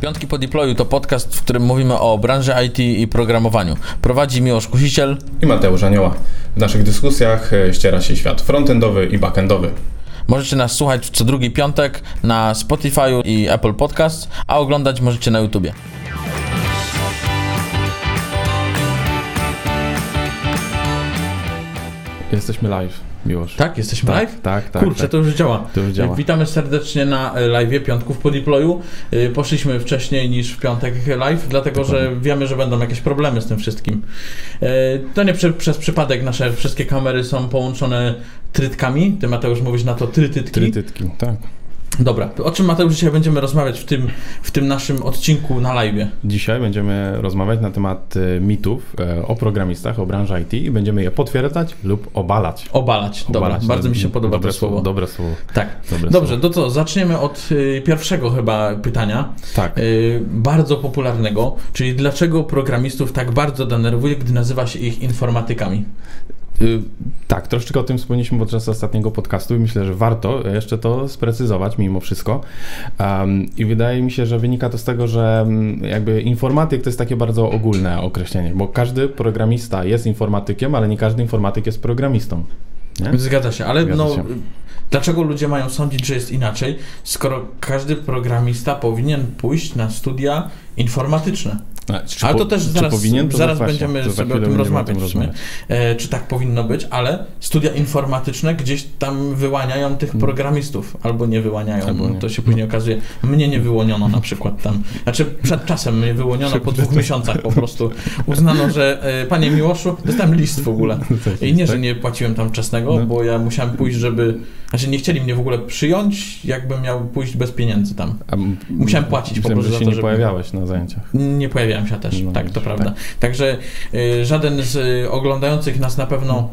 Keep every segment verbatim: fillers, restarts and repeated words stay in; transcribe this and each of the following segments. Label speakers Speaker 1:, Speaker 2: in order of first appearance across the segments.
Speaker 1: Piątki po deployu to podcast, w którym mówimy o branży I T i programowaniu. Prowadzi Miłosz Kusiciel
Speaker 2: i Mateusz Anioła. W naszych dyskusjach ściera się świat frontendowy i backendowy.
Speaker 1: Możecie nas słuchać co drugi piątek na Spotify i Apple Podcast, a oglądać możecie na YouTubie.
Speaker 2: Jesteśmy live, Miłosz.
Speaker 1: Tak? Jesteśmy
Speaker 2: tak,
Speaker 1: live?
Speaker 2: Tak, tak.
Speaker 1: Kurczę,
Speaker 2: tak.
Speaker 1: to już działa.
Speaker 2: To już działa.
Speaker 1: Witamy serdecznie na live'ie Piątków po deployu. Poszliśmy wcześniej niż w piątek live, dlatego Dokładnie. że wiemy, że będą jakieś problemy z tym wszystkim. To nie przy, przez przypadek nasze wszystkie kamery są połączone trytkami. Ty, Mateusz, mówisz na to trytytki.
Speaker 2: Trytytki, tak.
Speaker 1: Dobra, o czym, Mateusz, dzisiaj będziemy rozmawiać w tym, w tym naszym odcinku na live'ie?
Speaker 2: Dzisiaj będziemy rozmawiać na temat mitów o programistach, o branży I T i będziemy je potwierdzać lub obalać.
Speaker 1: Obalać, dobra, obalać. Bardzo mi się podoba
Speaker 2: dobre
Speaker 1: to słowo.
Speaker 2: słowo. Dobre słowo.
Speaker 1: Tak, dobre dobrze, słowo. To co, zaczniemy od y, pierwszego chyba pytania.
Speaker 2: Tak.
Speaker 1: Y, bardzo popularnego, czyli dlaczego programistów tak bardzo denerwuje, gdy nazywa się ich informatykami?
Speaker 2: Yy, tak, troszeczkę o tym wspomnieliśmy podczas ostatniego podcastu i myślę, że warto jeszcze to sprecyzować mimo wszystko. Um, I wydaje mi się, że wynika to z tego, że jakby informatyk to jest takie bardzo ogólne określenie, bo każdy programista jest informatykiem, ale nie każdy informatyk jest programistą. Nie?
Speaker 1: Zgadza się, ale
Speaker 2: Zgadza
Speaker 1: no,
Speaker 2: się.
Speaker 1: Dlaczego ludzie mają sądzić, że jest inaczej, skoro każdy programista powinien pójść na studia informatyczne?
Speaker 2: A, czy
Speaker 1: ale to
Speaker 2: po,
Speaker 1: też zaraz,
Speaker 2: powinien, to
Speaker 1: zaraz
Speaker 2: właśnie,
Speaker 1: będziemy
Speaker 2: to
Speaker 1: sobie o tym rozmawiać, e, czy tak powinno być, ale studia informatyczne gdzieś tam wyłaniają tych programistów, albo nie wyłaniają, albo nie. To się później okazuje, mnie nie wyłoniono na przykład tam, znaczy przed czasem mnie wyłoniono po dwóch miesiącach po prostu, uznano, że e, panie Miłoszu, dostałem list w ogóle i nie, że nie płaciłem tam wczesnego, no. bo ja musiałem pójść, żeby, znaczy nie chcieli mnie w ogóle przyjąć, jakbym miał pójść bez pieniędzy tam,
Speaker 2: A,
Speaker 1: musiałem płacić
Speaker 2: myślałem,
Speaker 1: po prostu
Speaker 2: że się
Speaker 1: za to,
Speaker 2: nie
Speaker 1: żeby...
Speaker 2: pojawiałeś na zajęciach.
Speaker 1: Nie pojawiałem się też, no, tak, to prawda.
Speaker 2: Tak.
Speaker 1: Także y, żaden z y, oglądających nas na pewno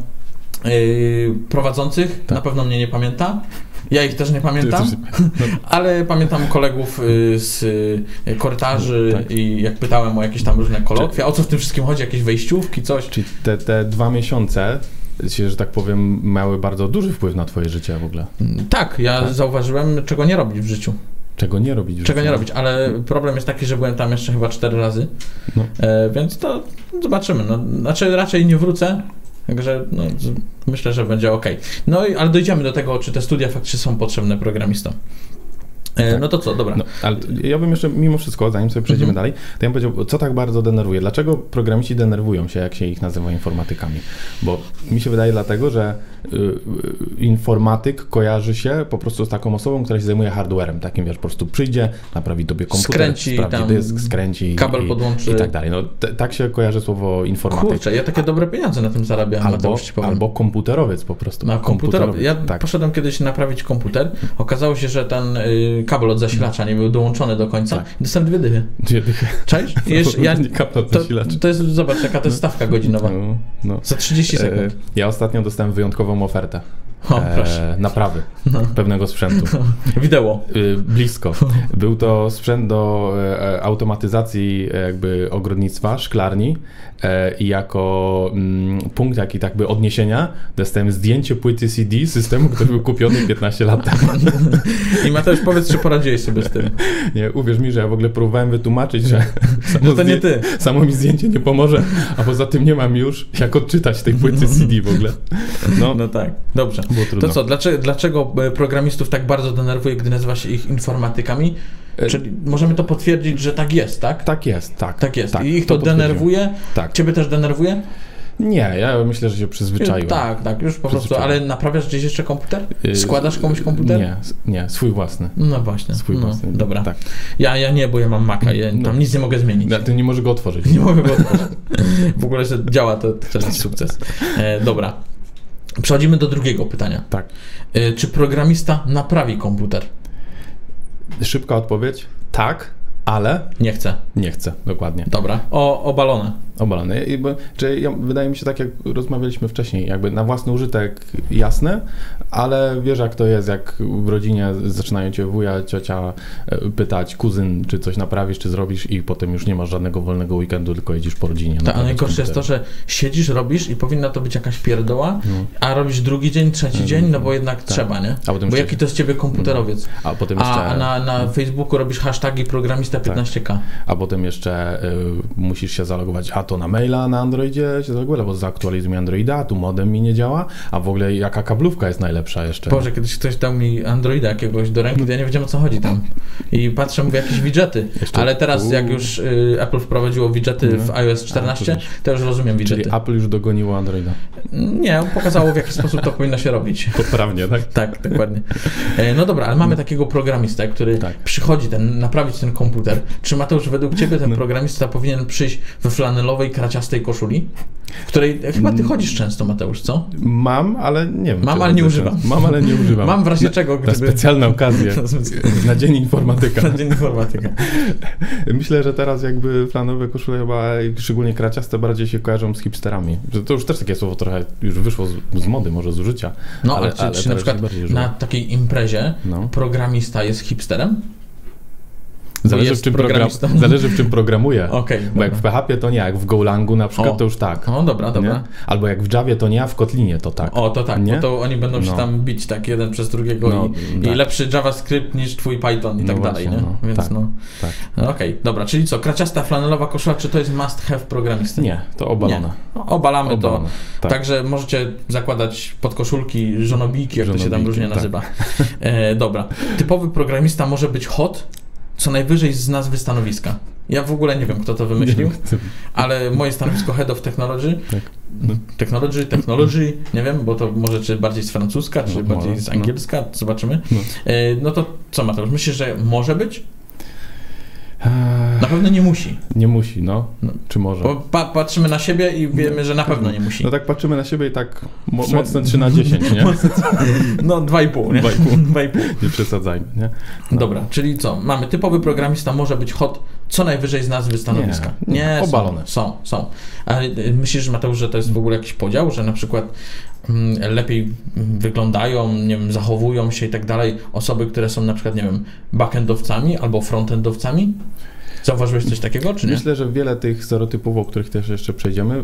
Speaker 1: y, prowadzących tak. na pewno mnie nie pamięta. Ja ich też nie pamiętam, też nie no. ale pamiętam kolegów y, z y, korytarzy tak. i jak pytałem o jakieś tam różne kolokwia, o co w tym wszystkim chodzi, jakieś wejściówki, coś.
Speaker 2: Czyli te, te dwa miesiące, że tak powiem, miały bardzo duży wpływ na twoje życie w ogóle.
Speaker 1: Tak, ja tak. zauważyłem, czego nie robić w życiu.
Speaker 2: Czego nie robić?
Speaker 1: Czego nie robić, ale problem jest taki, że byłem tam jeszcze chyba cztery razy, no. e, więc to zobaczymy. No, znaczy raczej nie wrócę, także no, myślę, że będzie ok. No i ale dojdziemy do tego, czy te studia faktycznie są potrzebne programistom. E, tak. No to co, dobra. No,
Speaker 2: ale ja bym jeszcze mimo wszystko, zanim sobie przejdziemy mhm. dalej, to ja bym powiedział, co tak bardzo denerwuje? Dlaczego programiści denerwują się, jak się ich nazywa informatykami? Bo mi się wydaje dlatego, że y, y, informatyk kojarzy się po prostu z taką osobą, która się zajmuje hardwarem. Takim, wiesz, po prostu przyjdzie, naprawi tobie komputer,
Speaker 1: skręci,
Speaker 2: sprawdzi dysk, skręci
Speaker 1: kabel podłączy
Speaker 2: i tak dalej. No, t- tak się kojarzy słowo informatyk.
Speaker 1: Kurczę, ja takie dobre pieniądze na tym zarabiam.
Speaker 2: Albo, albo komputerowiec po prostu.
Speaker 1: No, komputerowiec. Ja tak. poszedłem kiedyś naprawić komputer. Okazało się, że ten y, kabel od zasilacza nie był dołączony do końca. Tak. Dostałem dwie dychy.
Speaker 2: Dwie dychy.
Speaker 1: Cześć? Jesz, ja,
Speaker 2: to,
Speaker 1: to jest, zobacz, jaka to jest stawka godzinowa. No, no. Za trzydzieści sekund. E,
Speaker 2: ja ostatnio dostałem wyjątkową ofertę.
Speaker 1: O, proszę.
Speaker 2: E, naprawy no. pewnego sprzętu.
Speaker 1: Wideo.
Speaker 2: E, blisko. Był to sprzęt do e, automatyzacji jakby ogrodnictwa, szklarni e, i jako mm, punkt jaki tak by odniesienia dostałem zdjęcie płyty C D systemu, który był kupiony piętnaście lat temu.
Speaker 1: I Mateusz, powiedz, czy poradziłeś sobie z tym?
Speaker 2: Nie, uwierz mi, że ja w ogóle próbowałem wytłumaczyć, że
Speaker 1: no to nie ty.
Speaker 2: samo mi zdjęcie nie pomoże, a poza tym nie mam już jak odczytać tej płyty C D w ogóle.
Speaker 1: No, no tak, dobrze. To co, dlaczego, dlaczego programistów tak bardzo denerwuje, gdy nazywa się ich informatykami? Czyli możemy to potwierdzić, że tak jest, tak?
Speaker 2: Tak jest, tak.
Speaker 1: Tak jest.
Speaker 2: Tak,
Speaker 1: I ich to, to denerwuje?
Speaker 2: Tak.
Speaker 1: Ciebie też denerwuje?
Speaker 2: Nie, ja myślę, że się przyzwyczaiłem.
Speaker 1: Tak, tak, już po prostu, ale naprawiasz gdzieś jeszcze komputer? Składasz komuś komputer?
Speaker 2: Nie, nie, swój własny.
Speaker 1: No właśnie.
Speaker 2: Swój
Speaker 1: no,
Speaker 2: własny.
Speaker 1: Dobra.
Speaker 2: Tak.
Speaker 1: Ja, ja nie, bo ja mam Maca, ja tam no. nic nie mogę zmienić.
Speaker 2: Ja, ty nie możesz go otworzyć.
Speaker 1: Nie mogę go otworzyć. W ogóle, że działa, to też jest sukces. E, dobra. Przechodzimy do drugiego pytania.
Speaker 2: Tak.
Speaker 1: E, czy programista naprawi komputer?
Speaker 2: Szybka odpowiedź. Tak, ale...
Speaker 1: Nie chcę.
Speaker 2: Nie chcę, dokładnie.
Speaker 1: Dobra. O, obalone.
Speaker 2: Obalone. I bo, czy ja, wydaje mi się tak, jak rozmawialiśmy wcześniej, jakby na własny użytek jasne, ale wiesz jak to jest, jak w rodzinie zaczynają cię wuja, ciocia pytać, kuzyn, czy coś naprawisz, czy zrobisz i potem już nie masz żadnego wolnego weekendu, tylko jedziesz po rodzinie.
Speaker 1: Tak, a najgorsze jest to, że siedzisz, robisz i powinna to być jakaś pierdoła, no. a robisz drugi dzień, trzeci dzień, no bo jednak tak. trzeba, nie? Bo jeszcze... jaki to z ciebie komputerowiec?
Speaker 2: A, potem jeszcze...
Speaker 1: a na, na Facebooku robisz hashtagi programista piętnaście K.
Speaker 2: Tak. A potem jeszcze y, musisz się zalogować, a to na maila na Androidzie się zaloguje, bo zaktualizuję Androida, a tu modem mi nie działa, a w ogóle jaka kablówka jest najlepsza jeszcze.
Speaker 1: Boże, kiedyś ktoś dał mi Androida jakiegoś do ręki, to ja nie wiedziałem o co chodzi tam. I patrzę, mówię, jakieś widgety, jeszcze... ale teraz U... jak już y, Apple wprowadziło widgety no. w iOS czternaście, a, to, to już rozumiem widgety.
Speaker 2: Czyli Apple już dogoniło Androida.
Speaker 1: Nie, pokazało w jaki sposób to powinno się robić.
Speaker 2: Poprawnie, tak?
Speaker 1: Tak, dokładnie. No dobra, ale mamy takiego programistę, który tak. przychodzi ten, naprawić ten komputer. Czy Mateusz, według ciebie ten programista powinien przyjść we flanelowej, kraciastej koszuli? W której chyba ty chodzisz często, Mateusz, co?
Speaker 2: Mam, ale nie wiem.
Speaker 1: Mam, ale nie używam.
Speaker 2: Mam, ale nie używam.
Speaker 1: Mam w razie na, czego, gdyby...
Speaker 2: Na specjalne okazje. Na dzień informatyka.
Speaker 1: Na dzień informatyka.
Speaker 2: Myślę, że teraz jakby flanowe koszule chyba, szczególnie kraciaste, bardziej się kojarzą z hipsterami. Że to już też takie słowo trochę już wyszło z, z mody, może z użycia.
Speaker 1: No, ale, ale czy, czy na przykład na takiej imprezie no. programista jest hipsterem?
Speaker 2: Zależy w, czym program, zależy w czym programuje.
Speaker 1: Okay,
Speaker 2: bo
Speaker 1: dobra.
Speaker 2: jak w P H P to nie, jak w Golangu na przykład o. to już tak.
Speaker 1: O, dobra, dobra.
Speaker 2: Nie? Albo jak w Javie to nie, a w Kotlinie to tak.
Speaker 1: O, to tak,
Speaker 2: nie?
Speaker 1: bo to oni będą się no. tam bić tak jeden przez drugiego no, i, tak. i lepszy JavaScript niż twój Python i tak no dalej, właśnie, nie? No, Więc tak, no.
Speaker 2: Tak.
Speaker 1: no Okej, okay, dobra, czyli co, kraciasta flanelowa koszula, czy to jest must have programisty?
Speaker 2: Nie, to obalone.
Speaker 1: Nie. No, obalamy
Speaker 2: obalone,
Speaker 1: to.
Speaker 2: Tak.
Speaker 1: Także możecie zakładać podkoszulki, żonobijki, jak żonobijki, to się tam różnie tak. nazywa. E, dobra, typowy programista może być hot, co najwyżej z nazwy stanowiska. Ja w ogóle nie wiem, kto to wymyślił, ale moje stanowisko Head of Technology, tak. no. Technology, Technology, nie wiem, bo to może czy bardziej z francuska, czy no, bardziej może, z angielska, no. zobaczymy. No. E, no to co, Mateusz, myślisz, że może być? Na pewno nie musi.
Speaker 2: Nie musi, no. no. Czy może?
Speaker 1: Bo pa- patrzymy na siebie i wiemy, że na pewno nie musi.
Speaker 2: No tak patrzymy na siebie i tak mo- mocne trzy na dziesięć, nie?
Speaker 1: No dwa i pół, nie?
Speaker 2: dwa i pół. Nie przesadzajmy, nie? No.
Speaker 1: Dobra, czyli co? Mamy typowy programista, może być hot co najwyżej z nazwy stanowiska.
Speaker 2: Nie, nie, nie obalone.
Speaker 1: Są, są, są. Ale myślisz, Mateusz, że to jest w ogóle jakiś podział, że na przykład mm, lepiej wyglądają, nie wiem, zachowują się i tak dalej osoby, które są na przykład, nie wiem, backendowcami albo frontendowcami? Zauważyłeś coś takiego, czy nie?
Speaker 2: Myślę, że wiele tych stereotypów, o których też jeszcze przejdziemy,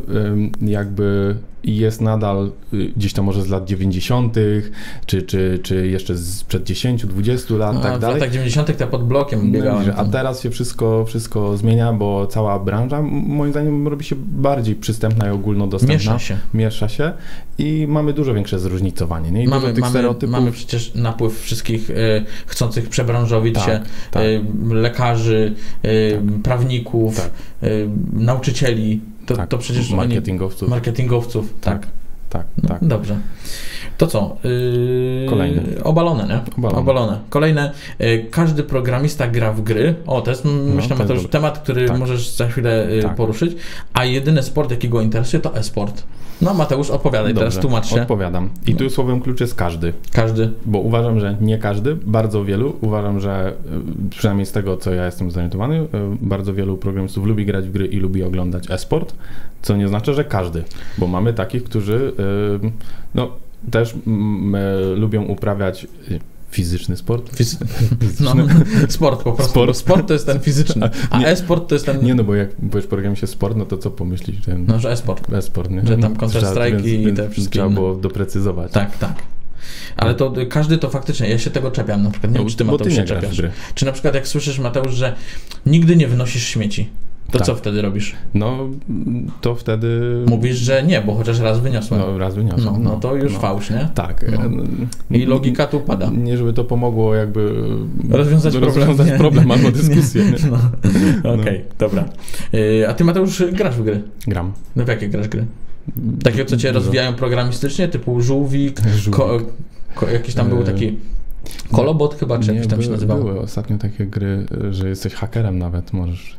Speaker 2: jakby jest nadal gdzieś tam może z lat dziewięćdziesiątych, czy, czy, czy jeszcze sprzed dziesięć dwadzieścia lat,
Speaker 1: no,
Speaker 2: tak
Speaker 1: w
Speaker 2: dalej.
Speaker 1: W latach dziewięćdziesiątych to pod blokiem biegałem.
Speaker 2: No, a teraz się wszystko, wszystko zmienia, bo cała branża moim zdaniem robi się bardziej przystępna i ogólnodostępna.
Speaker 1: Miesza się.
Speaker 2: Miesza się i mamy dużo większe zróżnicowanie. Nie? I
Speaker 1: mamy,
Speaker 2: tych
Speaker 1: mamy,
Speaker 2: stereotypów...
Speaker 1: mamy przecież napływ wszystkich y, chcących przebranżowić
Speaker 2: tak,
Speaker 1: się,
Speaker 2: tak.
Speaker 1: Y, lekarzy, y, tak. prawników,
Speaker 2: tak.
Speaker 1: y, nauczycieli. To,
Speaker 2: tak.
Speaker 1: to przecież
Speaker 2: marketingowców.
Speaker 1: Oni, marketingowców, tak.
Speaker 2: tak. Tak,
Speaker 1: no,
Speaker 2: tak.
Speaker 1: Dobrze. To co? Yy,
Speaker 2: Kolejne.
Speaker 1: Obalone, nie?
Speaker 2: Obalone.
Speaker 1: Obalone. Kolejne. Yy, każdy programista gra w gry. O, to jest, no, myślę, to jest temat, który tak. możesz za chwilę yy, tak. poruszyć. A jedyny sport, jaki go interesuje, to e-sport. No Mateusz, opowiadaj, Dobrze, teraz tłumacz się.
Speaker 2: Odpowiadam. I
Speaker 1: no.
Speaker 2: tu słowem klucz jest każdy.
Speaker 1: Każdy.
Speaker 2: Bo uważam, że nie każdy, bardzo wielu. Uważam, że przynajmniej z tego, co ja jestem zorientowany, bardzo wielu programistów lubi grać w gry i lubi oglądać e-sport, co nie znaczy, że każdy. Bo mamy takich, którzy yy, no, też m, m, lubią uprawiać fizyczny sport.
Speaker 1: Fizy- no, sport po prostu. Sport. sport to jest ten fizyczny, a nie, e-sport to jest ten...
Speaker 2: Nie, no bo jak powiesz programie się sport, no to co pomyślisz? Ten...
Speaker 1: No, że e-sport.
Speaker 2: E-sport, nie?
Speaker 1: Że tam Counter-Strike i te wszystkie
Speaker 2: Trzeba
Speaker 1: inne.
Speaker 2: było doprecyzować.
Speaker 1: Tak, tak. Ale to każdy to faktycznie, ja się tego czepiam, na przykład nie wiem, czy ty, Mateusz, się czepiasz. Czy na przykład jak słyszysz, Mateusz, że nigdy nie wynosisz śmieci, to tak. co wtedy robisz?
Speaker 2: No, to wtedy...
Speaker 1: Mówisz, że nie, bo chociaż raz wyniosłem.
Speaker 2: No, raz wyniosłem.
Speaker 1: No, no to już no. fałsz, nie?
Speaker 2: Tak.
Speaker 1: No. I logika tu pada.
Speaker 2: Nie, żeby to pomogło jakby...
Speaker 1: Rozwiązać problem.
Speaker 2: Rozwiązać problem albo dyskusję. Nie.
Speaker 1: No. Okej, okay, no. dobra. A ty, Mateusz, grasz w gry?
Speaker 2: Gram.
Speaker 1: No w jakie grasz gry? Takie, co cię Dużo. rozwijają programistycznie, typu żółwik, Żółwik. Ko, ko, jakiś tam był taki... Kolobot chyba, czy jakiś tam się nazywał?
Speaker 2: Były ostatnio takie gry, że jesteś hakerem nawet, możesz...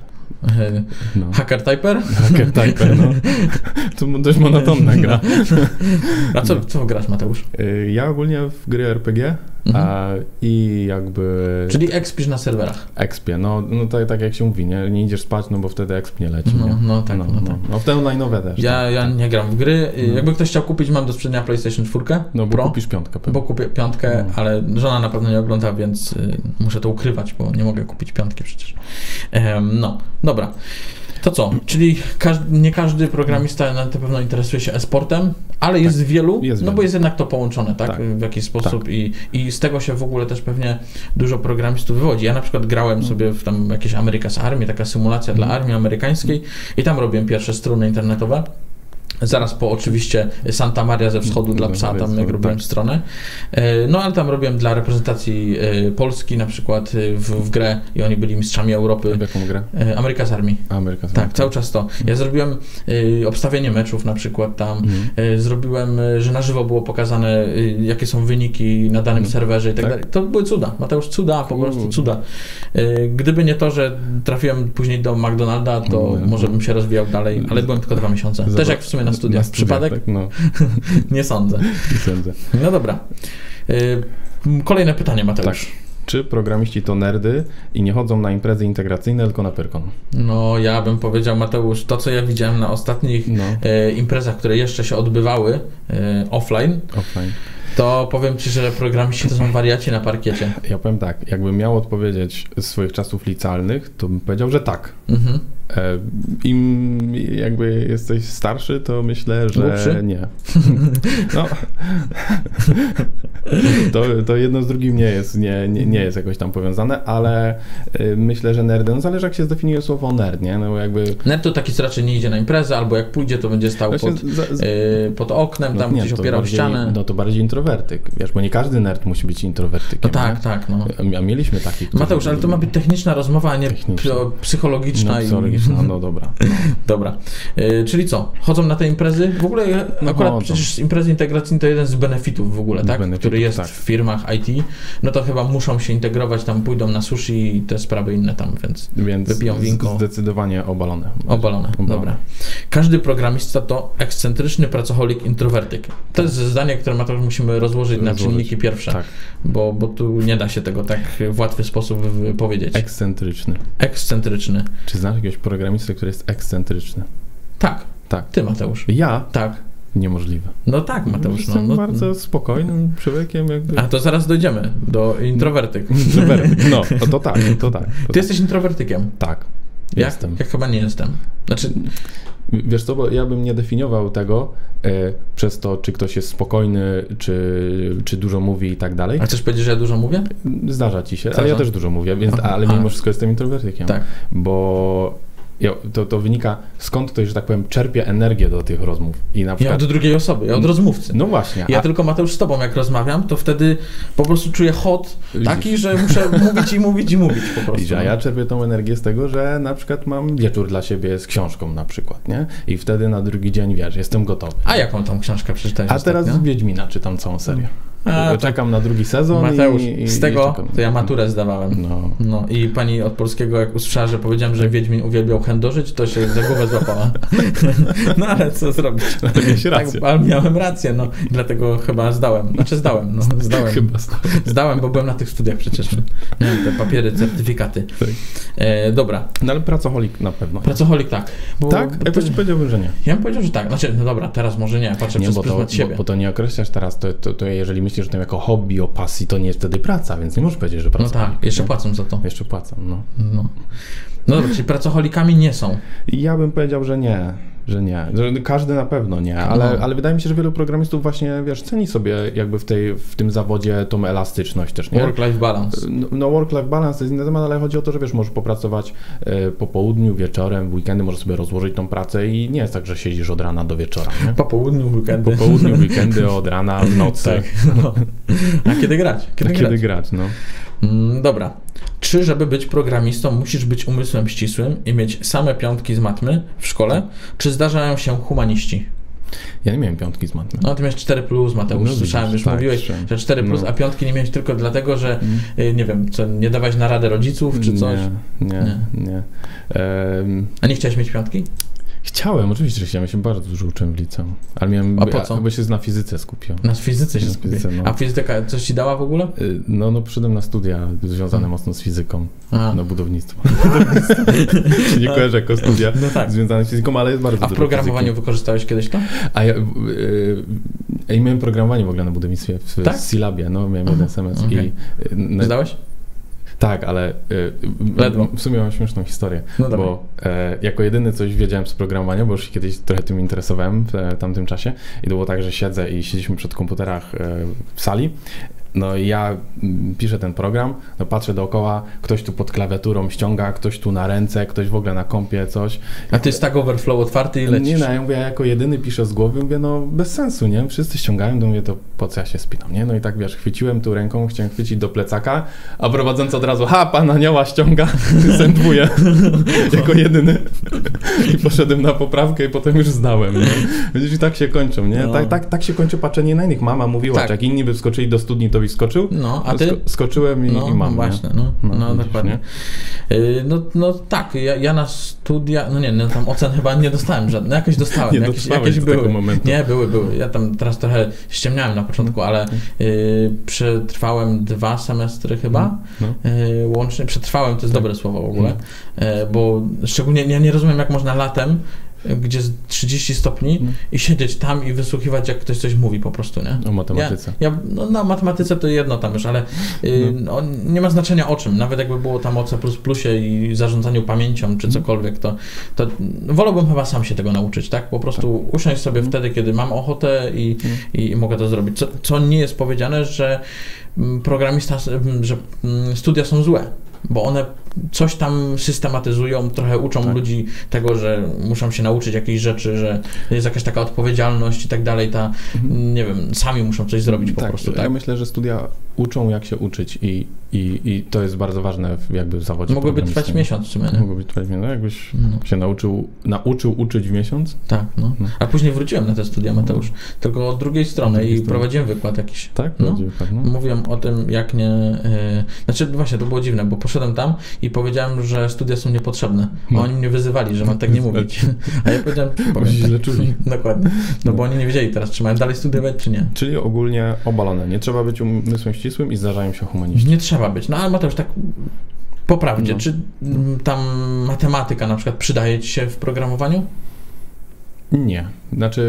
Speaker 1: No. Hacker Typer?
Speaker 2: Hacker Typer, no. To dość monotonna gra.
Speaker 1: A co, co grasz, Mateusz?
Speaker 2: Ja ogólnie w gry R P G mhm. a, i jakby...
Speaker 1: Czyli expisz na serwerach.
Speaker 2: Expię, no, no tak, tak jak się mówi, nie, nie idziesz spać, no bo wtedy exp nie leci.
Speaker 1: No,
Speaker 2: nie?
Speaker 1: no tak, no,
Speaker 2: no,
Speaker 1: no
Speaker 2: no,
Speaker 1: tak.
Speaker 2: no w te online'owe też.
Speaker 1: Ja,
Speaker 2: tak,
Speaker 1: ja
Speaker 2: tak.
Speaker 1: nie gram w gry.
Speaker 2: No.
Speaker 1: Jakby ktoś chciał kupić, mam do sprzedania PlayStation cztery
Speaker 2: No bo
Speaker 1: Pro,
Speaker 2: kupisz piątkę pewnie.
Speaker 1: bo kupię piątkę,
Speaker 2: No.
Speaker 1: ale żona na pewno nie ogląda, więc y, muszę to ukrywać, bo nie mogę kupić piątki przecież. Ehm, no, dobra. To co? Czyli każdy, nie każdy programista na pewno interesuje się e-sportem, ale jest
Speaker 2: tak,
Speaker 1: wielu,
Speaker 2: jest
Speaker 1: no
Speaker 2: wielu.
Speaker 1: bo jest jednak to połączone, tak?
Speaker 2: Tak.
Speaker 1: W jakiś sposób
Speaker 2: Tak.
Speaker 1: i, i z tego się w ogóle też pewnie dużo programistów wywodzi. Ja na przykład grałem
Speaker 2: Mm.
Speaker 1: sobie w tam jakieś America's Army, taka symulacja
Speaker 2: Mm.
Speaker 1: dla armii amerykańskiej i tam robiłem pierwsze strony internetowe. Zaraz po oczywiście Santa Maria ze wschodu dla psa, tam jak robiłem
Speaker 2: tak.
Speaker 1: stronę. No ale tam robiłem dla reprezentacji Polski na przykład w, w grę i oni byli mistrzami Europy.
Speaker 2: W jaką grę?
Speaker 1: America's Army.
Speaker 2: America's
Speaker 1: Tak,
Speaker 2: Army.
Speaker 1: cały czas to. Ja zrobiłem y, obstawienie meczów na przykład tam,
Speaker 2: Mhm.
Speaker 1: y, zrobiłem, y, że na żywo było pokazane y, jakie są wyniki na danym
Speaker 2: Mhm.
Speaker 1: serwerze i tak,
Speaker 2: Tak?
Speaker 1: dalej. To były cuda, Mateusz, cuda, po prostu
Speaker 2: Kurde.
Speaker 1: cuda. Y, gdyby nie to, że trafiłem później do McDonalda, to
Speaker 2: Mhm.
Speaker 1: może bym się rozwijał dalej, ale byłem tylko dwa miesiące.
Speaker 2: Zobacz,
Speaker 1: Też jak w sumie na studiach.
Speaker 2: Na
Speaker 1: Przypadek?
Speaker 2: Tak, no,
Speaker 1: Nie sądzę.
Speaker 2: nie sądzę.
Speaker 1: No dobra. Y, kolejne pytanie, Mateusz.
Speaker 2: Tak. Czy programiści to nerdy i nie chodzą na imprezy integracyjne, tylko na Pyrkon?
Speaker 1: No, ja bym powiedział, Mateusz, to co ja widziałem na ostatnich
Speaker 2: No.
Speaker 1: e, imprezach, które jeszcze się odbywały e, offline,
Speaker 2: Offline.
Speaker 1: to powiem Ci, że programiści to są wariaci na parkiecie.
Speaker 2: Ja powiem tak, jakbym miał odpowiedzieć z swoich czasów licealnych, to bym powiedział, że tak.
Speaker 1: Mhm.
Speaker 2: E, Im jakby jesteś starszy, to myślę, że
Speaker 1: Głupszy?
Speaker 2: nie. No. To, to jedno z drugim nie jest, nie, nie, nie jest jakoś tam powiązane, ale y, myślę, że nerdy, no zależy jak się zdefiniuje słowo nerd, nie? No jakby...
Speaker 1: Nerd to taki, co raczej nie idzie na imprezę, albo jak pójdzie, to będzie stał
Speaker 2: Właśnie
Speaker 1: pod,
Speaker 2: za- z-
Speaker 1: e, pod oknem, tam
Speaker 2: nie,
Speaker 1: gdzieś
Speaker 2: to
Speaker 1: opierał
Speaker 2: bardziej-
Speaker 1: ścianę.
Speaker 2: No to bardziej introwertyk, wiesz, bo nie każdy nerd musi być introwertykiem.
Speaker 1: No tak,
Speaker 2: nie?
Speaker 1: tak, no.
Speaker 2: A mieliśmy takich, którzy...
Speaker 1: Mateusz, ale to ma być techniczna rozmowa, a nie
Speaker 2: Techniczna.
Speaker 1: pio- psychologiczna.
Speaker 2: No,
Speaker 1: i...
Speaker 2: psychologiczna, no dobra. No.
Speaker 1: Dobra. E, czyli co? Chodzą na te imprezy? W ogóle
Speaker 2: No
Speaker 1: akurat
Speaker 2: chodzą.
Speaker 1: przecież imprezy integracyjne to jeden z benefitów w ogóle, tak?
Speaker 2: Benefitów,
Speaker 1: Który jest
Speaker 2: tak.
Speaker 1: w firmach I T. No to chyba muszą się integrować, tam pójdą na sushi i te sprawy inne tam, więc,
Speaker 2: Więc
Speaker 1: wypiją winko.
Speaker 2: zdecydowanie obalone.
Speaker 1: Obalone.
Speaker 2: Obalone.
Speaker 1: Dobra. Każdy programista to ekscentryczny pracoholik introwertyk. To jest zdanie, które Mateusz musimy rozłożyć na
Speaker 2: Rozłożyć.
Speaker 1: czynniki pierwsze,
Speaker 2: Tak.
Speaker 1: bo, bo tu nie da się tego tak w łatwy sposób powiedzieć.
Speaker 2: Ekscentryczny.
Speaker 1: Ekscentryczny.
Speaker 2: Czy znasz jakiegoś programistę, który jest ekscentryczny?
Speaker 1: Tak.
Speaker 2: Tak.
Speaker 1: Ty, Mateusz.
Speaker 2: Ja?
Speaker 1: Tak.
Speaker 2: Niemożliwe.
Speaker 1: No tak, Mateusz. No,
Speaker 2: Jestem
Speaker 1: no,
Speaker 2: bardzo spokojnym człowiekiem. Jakby.
Speaker 1: A to zaraz dojdziemy do introwertyk.
Speaker 2: Introwertyk. No, to, to tak, to tak. To
Speaker 1: Ty
Speaker 2: tak.
Speaker 1: jesteś introwertykiem.
Speaker 2: Tak,
Speaker 1: Jak?
Speaker 2: jestem.
Speaker 1: Jak chyba nie jestem. Znaczy,
Speaker 2: Wiesz co, bo ja bym nie definiował tego e, przez to, czy ktoś jest spokojny, czy, czy dużo mówi i tak dalej.
Speaker 1: a chcesz powiedzieć, że ja dużo mówię?
Speaker 2: Zdarza ci się,
Speaker 1: Zdarza.
Speaker 2: ale ja też dużo mówię, więc,
Speaker 1: Aha.
Speaker 2: ale
Speaker 1: A.
Speaker 2: mimo wszystko jestem introwertykiem.
Speaker 1: Tak.
Speaker 2: Bo ja, to, to wynika skąd ktoś, że tak powiem, czerpie energię do tych rozmów. I na
Speaker 1: Ja
Speaker 2: przykład...
Speaker 1: od drugiej osoby, ja od rozmówcy.
Speaker 2: No właśnie.
Speaker 1: Ja
Speaker 2: a-
Speaker 1: tylko, Mateusz, z tobą jak rozmawiam, to wtedy po prostu czuję hot taki, że muszę mówić i mówić i mówić po prostu.
Speaker 2: I że ja czerpię tą energię z tego, że na przykład mam wieczór dla siebie z książką na przykład, nie? I wtedy na drugi dzień, wiesz, jestem gotowy.
Speaker 1: A jaką tą książkę przeczytałeś
Speaker 2: A teraz
Speaker 1: ostatnio?
Speaker 2: Wiedźmina czytam całą serię.
Speaker 1: A, to-
Speaker 2: Czekam na drugi sezon
Speaker 1: Mateusz,
Speaker 2: i, i
Speaker 1: z tego
Speaker 2: i czekam.
Speaker 1: to ja maturę zdawałem.
Speaker 2: No.
Speaker 1: No i pani od polskiego, jak usłyszała, że powiedziałem, że Wiedźmin uwielbiał chędożyć, to się za głowę złapała. No ale co zrobić?
Speaker 2: Miałeś rację.
Speaker 1: Tak, ale miałem rację, no. Dlatego chyba zdałem. Znaczy zdałem, no. Zdałem.
Speaker 2: Chyba zdałem.
Speaker 1: Zdałem, bo byłem na tych studiach przecież. Miałem te papiery, certyfikaty.
Speaker 2: Tak.
Speaker 1: E, dobra.
Speaker 2: No ale pracoholik na pewno.
Speaker 1: Pracoholik tak. Bo,
Speaker 2: Tak?
Speaker 1: bo
Speaker 2: Ja
Speaker 1: to,
Speaker 2: też powiedziałbym, że nie.
Speaker 1: ja bym powiedział, że tak. Znaczy, no dobra, teraz może nie. Patrzę
Speaker 2: Nie,
Speaker 1: przez
Speaker 2: bo to,
Speaker 1: pryzmat siebie.
Speaker 2: bo, bo to nie określasz teraz, to, to, to jeżeli myślisz, że to jako hobby, o pasji, to nie jest wtedy praca, więc nie możesz powiedzieć, że
Speaker 1: No
Speaker 2: pracoholik.
Speaker 1: tak, jeszcze
Speaker 2: nie?
Speaker 1: płacą za to.
Speaker 2: Jeszcze płacą, no.
Speaker 1: No. No dobra, czyli pracoholikami nie są.
Speaker 2: Ja bym powiedział, że nie, że nie. Że każdy na pewno nie, ale,
Speaker 1: No.
Speaker 2: ale wydaje mi się, że wielu programistów właśnie, wiesz, ceni sobie jakby w, tej, w tym zawodzie tą elastyczność też, nie?
Speaker 1: Work-life balance.
Speaker 2: No, no work-life balance to jest inny temat, ale chodzi o to, że wiesz, możesz popracować e, po południu, wieczorem, w weekendy możesz sobie rozłożyć tą pracę i nie jest tak, że siedzisz od rana do wieczora, nie?
Speaker 1: Po południu, weekendy.
Speaker 2: Po południu, weekendy, od rana, w nocy.
Speaker 1: Tak. No. A kiedy grać? Kiedy,
Speaker 2: A
Speaker 1: grać?
Speaker 2: kiedy grać, no.
Speaker 1: Mm, dobra. Czy żeby być programistą musisz być umysłem ścisłym i mieć same piątki z matmy w szkole? Czy zdarzają się humaniści?
Speaker 2: Ja nie miałem piątki z matmy.
Speaker 1: No ty miałeś cztery plus, Mateusz,
Speaker 2: No,
Speaker 1: słyszałem, już
Speaker 2: tak,
Speaker 1: mówiłeś,
Speaker 2: słyszałem.
Speaker 1: że cztery plus,
Speaker 2: No.
Speaker 1: a piątki nie miałeś tylko dlatego, że y, nie wiem, co, nie dawałeś na radę rodziców czy coś?
Speaker 2: Nie, nie, nie. nie. Um,
Speaker 1: A nie chciałeś mieć piątki?
Speaker 2: Chciałem, oczywiście, że chciałem. Ja się bardzo dużo uczyłem w liceum. Ale miałem,
Speaker 1: A po co?
Speaker 2: Chyba się na fizyce skupiłem.
Speaker 1: Na fizyce się
Speaker 2: Na
Speaker 1: skupiłem.
Speaker 2: fizyce, no.
Speaker 1: A fizyka coś ci dała w ogóle?
Speaker 2: No, no przyszedłem na studia związane hmm. mocno z fizyką,
Speaker 1: A.
Speaker 2: na budownictwo. się nie kojarzę jako studia
Speaker 1: no tak.
Speaker 2: związane z fizyką, ale jest bardzo
Speaker 1: A w programowaniu fizyki. Wykorzystałeś kiedyś to?
Speaker 2: A ja, yy, ja miałem programowanie w ogóle na budownictwie w,
Speaker 1: tak?
Speaker 2: w Silabie, no miałem jeden semestr.
Speaker 1: Okay.
Speaker 2: I, yy,
Speaker 1: Zdałeś?
Speaker 2: Tak, ale y,
Speaker 1: Ledwo.
Speaker 2: w sumie mam śmieszną historię,
Speaker 1: no
Speaker 2: bo e, jako jedyny coś wiedziałem z programowania, bo już się kiedyś trochę tym interesowałem w e, tamtym czasie i to było tak, że siedzę i siedzieliśmy przed komputerach e, w sali. No i ja piszę ten program, no patrzę dookoła, ktoś tu pod klawiaturą ściąga, ktoś tu na ręce, ktoś w ogóle na kompie coś.
Speaker 1: A ty Stack Overflow otwarty i lecisz?
Speaker 2: Nie, no ja mówię, ja jako jedyny piszę z głowy, mówię, no bez sensu, nie? Wszyscy ściągają, to mówię, to po co ja się spinam, nie? No i tak wiesz, chwyciłem tu ręką, chciałem chwycić do plecaka, a prowadzący od razu, ha, pan anioła ściąga, sędwuję jako jedyny. I poszedłem na poprawkę i potem już zdałem, nie? Widzisz, i tak się kończą, nie?
Speaker 1: No.
Speaker 2: Tak, tak, tak się kończy patrzenie na innych. Mama mówiła,
Speaker 1: tak.
Speaker 2: jak inni by wskoczyli do studni, to byś skoczył,
Speaker 1: no, a ty?
Speaker 2: Sko- skoczyłem i,
Speaker 1: no,
Speaker 2: i mam,
Speaker 1: no właśnie, no, no, no
Speaker 2: widzisz,
Speaker 1: dokładnie. Yy, no, no tak, ja, ja na studia, no nie, no tam ocen chyba nie dostałem żadnych, no jakoś dostałem,
Speaker 2: nie
Speaker 1: jakieś, jakieś
Speaker 2: do
Speaker 1: były.
Speaker 2: tego momentu.
Speaker 1: Nie, były, były. Ja tam teraz trochę ściemniałem na początku, ale yy, przetrwałem dwa semestry chyba,
Speaker 2: no.
Speaker 1: yy, łącznie, przetrwałem, to jest
Speaker 2: tak.
Speaker 1: dobre słowo w ogóle, yy, bo szczególnie ja nie rozumiem, jak można latem, gdzie jest trzydzieści stopni no. i siedzieć tam i wysłuchiwać, jak ktoś coś mówi po prostu, nie?
Speaker 2: O matematyce.
Speaker 1: Ja, ja, no na matematyce to jedno tam już, ale yy, no. No, nie ma znaczenia o czym. Nawet jakby było tam o C plus plus i zarządzaniu pamięcią, czy cokolwiek, to, to wolałbym chyba sam się tego nauczyć, tak? Po prostu tak. usiąść sobie mm. wtedy, kiedy mam ochotę i, mm. i, i mogę to zrobić. Co, co nie jest powiedziane, że programista, że studia są złe, bo one coś tam systematyzują, trochę uczą tak. ludzi tego, że muszą się nauczyć jakichś rzeczy, że jest jakaś taka odpowiedzialność i tak dalej, ta, mhm. nie wiem, sami muszą coś zrobić po
Speaker 2: tak,
Speaker 1: prostu. Tak,
Speaker 2: ja myślę, że studia uczą, jak się uczyć i, i, i to jest bardzo ważne w, jakby w zawodzie.
Speaker 1: Mogłoby trwać miesiąc w sumie, nie?
Speaker 2: Mogłoby trwać miesiąc, no jakbyś no. się nauczył, nauczył uczyć w miesiąc.
Speaker 1: Tak, no. no. A później wróciłem na te studia, Mateusz, no. tylko od drugiej strony drugiej i strony. prowadziłem wykład jakiś.
Speaker 2: Tak?
Speaker 1: No.
Speaker 2: Wykład, no.
Speaker 1: Mówiłem o tym, jak nie... Yy, znaczy właśnie, to było dziwne, bo poszedłem tam i powiedziałem, że studia są niepotrzebne. No. A oni mnie wyzywali, że mam tak nie mówić. A ja powiedziałem,
Speaker 2: bo się źle czuli.
Speaker 1: Dokładnie. No bo oni nie wiedzieli teraz, czy mają dalej studiować, czy nie.
Speaker 2: Czyli ogólnie obalone. Nie trzeba być umysłem ścisłym i zdarzają się humaniści.
Speaker 1: Nie trzeba być. No ale Mateusz, tak po prawdzie,
Speaker 2: no.
Speaker 1: czy tam matematyka na przykład przydaje ci się w programowaniu?
Speaker 2: Nie. Znaczy...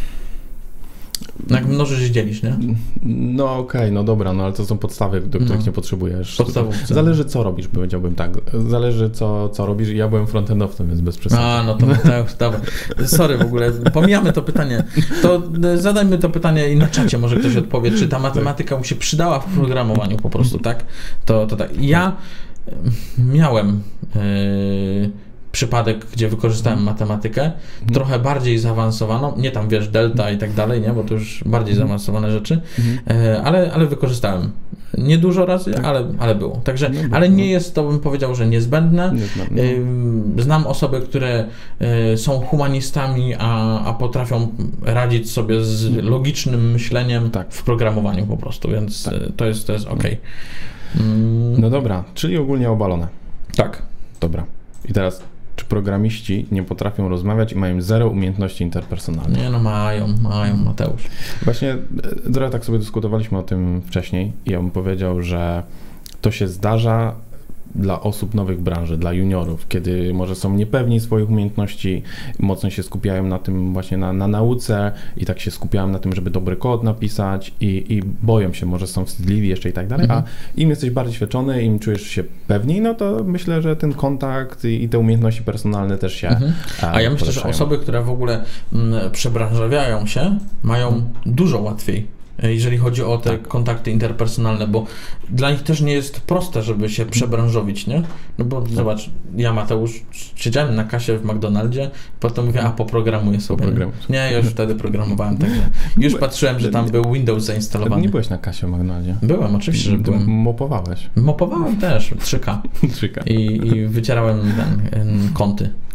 Speaker 1: Jak mnożysz i dzielisz, nie?
Speaker 2: No okej, okay, no dobra, no ale to są podstawy, do których no. nie potrzebujesz.
Speaker 1: Podstawówce.
Speaker 2: Zależy co robisz, powiedziałbym tak. Zależy co, co robisz. Ja byłem frontendowcem, więc bez przesady.
Speaker 1: A, no to Mateusz, dobra. Sorry w ogóle, pomijamy to pytanie. To zadajmy to pytanie i na czacie może ktoś odpowie, czy ta matematyka mu się przydała w programowaniu po prostu, tak? To, to tak. Ja miałem... Yy, przypadek, gdzie wykorzystałem matematykę, mhm. trochę bardziej zaawansowaną, nie tam wiesz, delta i tak dalej, nie, bo to już bardziej mhm. zaawansowane rzeczy, mhm. e, ale, ale wykorzystałem. Nie dużo razy, tak. ale, ale było. Także, no, ale nie jest to, bym powiedział, że niezbędne. Nie znam, no. e, znam osoby, które e, są humanistami, a, a potrafią radzić sobie z logicznym myśleniem tak. w programowaniu po prostu, więc tak. to jest, to jest okej. Okay.
Speaker 2: Mm. No dobra, czyli ogólnie obalone.
Speaker 1: Tak.
Speaker 2: Dobra. I teraz czy programiści nie potrafią rozmawiać i mają zero umiejętności interpersonalnych?
Speaker 1: Nie no, mają, mają, Mateusz.
Speaker 2: Właśnie trochę tak sobie dyskutowaliśmy o tym wcześniej i ja bym powiedział, że to się zdarza dla osób nowych w branży, dla juniorów, kiedy może są niepewni swoich umiejętności, mocno się skupiają na tym właśnie na, na nauce i tak się skupiają na tym, żeby dobry kod napisać i, i boją się, może są wstydliwi jeszcze i tak dalej,
Speaker 1: mhm.
Speaker 2: a im jesteś bardziej świadczony, im czujesz się pewniej, no to myślę, że ten kontakt i, i te umiejętności personalne też się
Speaker 1: mhm. A ja myślę,
Speaker 2: polepszają.
Speaker 1: że osoby, które w ogóle m, przebranżawiają się, mają mhm. dużo łatwiej, jeżeli chodzi o te tak. kontakty interpersonalne, bo dla nich też nie jest proste, żeby się przebranżowić, nie? No bo tak. zobacz, ja Mateusz, siedziałem na kasie w McDonaldzie, potem mówię, a poprogramuję sobie. Nie, nie ja już wtedy programowałem, także już patrzyłem, że tam był Windows zainstalowany.
Speaker 2: Nie byłeś na kasie w McDonaldzie?
Speaker 1: Byłem, oczywiście, że byłem.
Speaker 2: Mopowałeś?
Speaker 1: Mopowałem też, trzy K.
Speaker 2: trzy K.
Speaker 1: I, i wycierałem ten, ten kąty.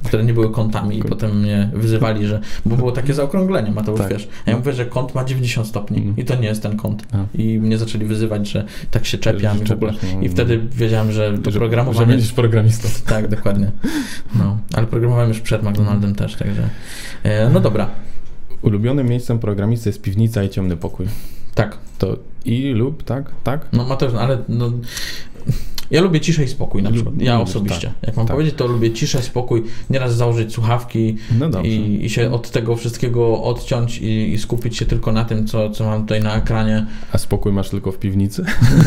Speaker 1: które nie były kontami i potem mnie wyzywali, że, bo było takie zaokrąglenie, Mateusz, tak. wiesz. A ja mówię, że kąt ma dziewięćdziesiąt stopni mm. i to nie jest ten kąt. A. I mnie zaczęli wyzywać, że tak się czepiam i w ogóle. I wtedy wiedziałem, że to
Speaker 2: że,
Speaker 1: programowanie...
Speaker 2: Że będziesz programistą.
Speaker 1: Tak, dokładnie. No, ale programowałem już przed McDonaldem też, także... E, no dobra.
Speaker 2: Ulubionym miejscem programisty jest piwnica i ciemny pokój.
Speaker 1: Tak.
Speaker 2: To i lub, tak? Tak?
Speaker 1: No Mateusz, no, ale... No, ja lubię ciszę i spokój na przykład, ja osobiście. Tak, Jak mam tak. powiedzieć, to lubię ciszę, spokój, nieraz założyć słuchawki no i, i się od tego wszystkiego odciąć i, i skupić się tylko na tym, co, co mam tutaj na ekranie.
Speaker 2: A spokój masz tylko w piwnicy?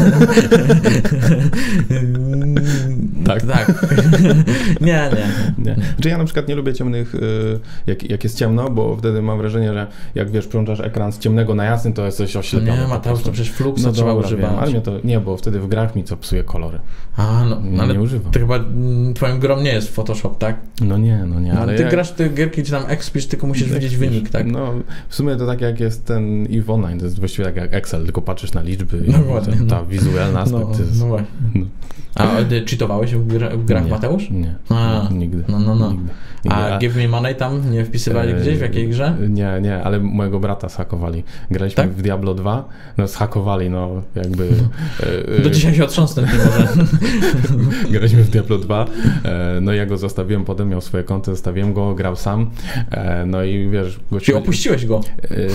Speaker 1: tak. tak. nie, nie.
Speaker 2: nie. Znaczy ja na przykład nie lubię ciemnych, jak, jak jest ciemno, bo wtedy mam wrażenie, że jak wiesz, przełączasz ekran z ciemnego na jasny, to jest coś oślepione.
Speaker 1: Nie, Mateusz, to przecież Fluxa
Speaker 2: no
Speaker 1: trzeba używać.
Speaker 2: Ale mnie to, nie, bo wtedy w grach mi co psuje kolory.
Speaker 1: A, no,
Speaker 2: nie,
Speaker 1: ale
Speaker 2: nie używam.
Speaker 1: To chyba m, twoim grom nie jest Photoshop, tak?
Speaker 2: No nie, no nie.
Speaker 1: No,
Speaker 2: ale
Speaker 1: ty
Speaker 2: jak...
Speaker 1: grasz te gierki, czy tam expisz, tylko musisz Expisz. widzieć wynik, tak?
Speaker 2: No, w sumie to tak jak jest ten EVE Online, to jest właściwie tak jak Excel, tylko patrzysz na liczby
Speaker 1: no,
Speaker 2: i
Speaker 1: ładnie,
Speaker 2: ta, ta
Speaker 1: no.
Speaker 2: wizualna aspekt
Speaker 1: no,
Speaker 2: jest...
Speaker 1: No właśnie. No. A ty cheatowałeś w, gra, w grach,
Speaker 2: nie,
Speaker 1: Mateusz?
Speaker 2: Nie,
Speaker 1: A,
Speaker 2: nigdy.
Speaker 1: No, no, no.
Speaker 2: Nigdy.
Speaker 1: A Give Me Money tam nie wpisywali e, gdzieś w jakiej grze?
Speaker 2: Nie, nie, ale mojego brata zhakowali. Graliśmy tak? w Diablo dwa, no zhakowali, no jakby...
Speaker 1: E, Do dzisiaj się otrząsnę tym może.
Speaker 2: Graliśmy w Diablo dwa, e, no ja go zostawiłem, potem miał swoje konto, zostawiłem go, grał sam, e, no i wiesz... Gościu,
Speaker 1: Czyli opuściłeś go?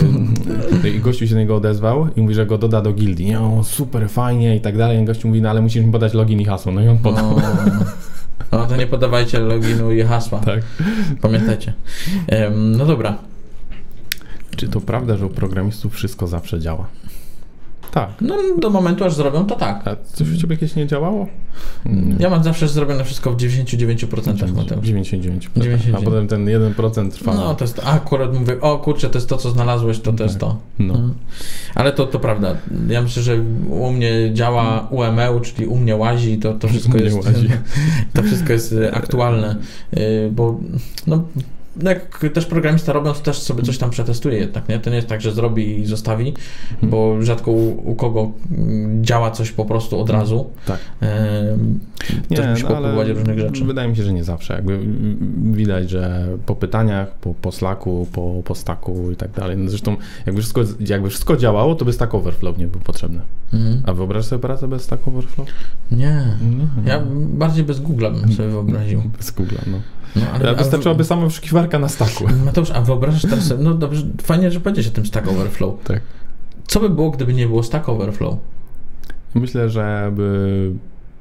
Speaker 2: E, I gościu się do niego odezwał i mówi, że go doda do gildii. Nie, o, super, fajnie i tak dalej. I gościu mówi, no ale musisz mi podać login i hasło. No i on podał.
Speaker 1: No. No to nie podawajcie loginu i hasła.
Speaker 2: Tak.
Speaker 1: Pamiętajcie. Um, no dobra.
Speaker 2: Czy to prawda, że u programistów wszystko zawsze działa? Tak.
Speaker 1: No do momentu, aż zrobią, to tak.
Speaker 2: A coś u ciebie jakieś nie działało?
Speaker 1: Nie. Ja mam zawsze zrobione wszystko w dziewięćdziesiąt dziewięć procent.
Speaker 2: dziewięćdziesiąt dziewięć procent. dziewięćdziesiąt dziewięć. A potem ten jeden procent trwa.
Speaker 1: No to jest, akurat mówię, o kurczę, to jest to, co znalazłeś, to to jest to.
Speaker 2: No.
Speaker 1: Mhm. Ale to, to prawda. Ja myślę, że u mnie działa U M E U, czyli u mnie łazi, to, to wszystko jest to wszystko jest aktualne, bo no jak też programista robiąc, to też sobie coś tam przetestuje jednak, nie? To nie jest tak, że zrobi i zostawi, hmm. bo rzadko u, u kogo działa coś po prostu od razu.
Speaker 2: Tak.
Speaker 1: Ehm,
Speaker 2: nie,
Speaker 1: też musi
Speaker 2: no,
Speaker 1: popróbować różnych rzeczy.
Speaker 2: Wydaje mi się, że nie zawsze. Jakby widać, że po pytaniach, po, po Slacku, po, po Stacku i tak dalej. No zresztą jakby wszystko, jakby wszystko działało, to by Stack Overflow nie był potrzebny. Hmm. A wyobraź sobie pracę bez Stack Overflow?
Speaker 1: Nie. nie. Ja bardziej bez Google'a bym sobie wyobraził.
Speaker 2: Bez Google'a, no.
Speaker 1: No, ale,
Speaker 2: wystarczyłaby sama wyszukiwarka na Stacku.
Speaker 1: Mateusz, a wyobrażasz teraz sobie, no dobrze, fajnie, że powiedziałeś o tym Stack Overflow.
Speaker 2: Tak.
Speaker 1: Co by było, gdyby nie było Stack Overflow?
Speaker 2: Myślę, że by...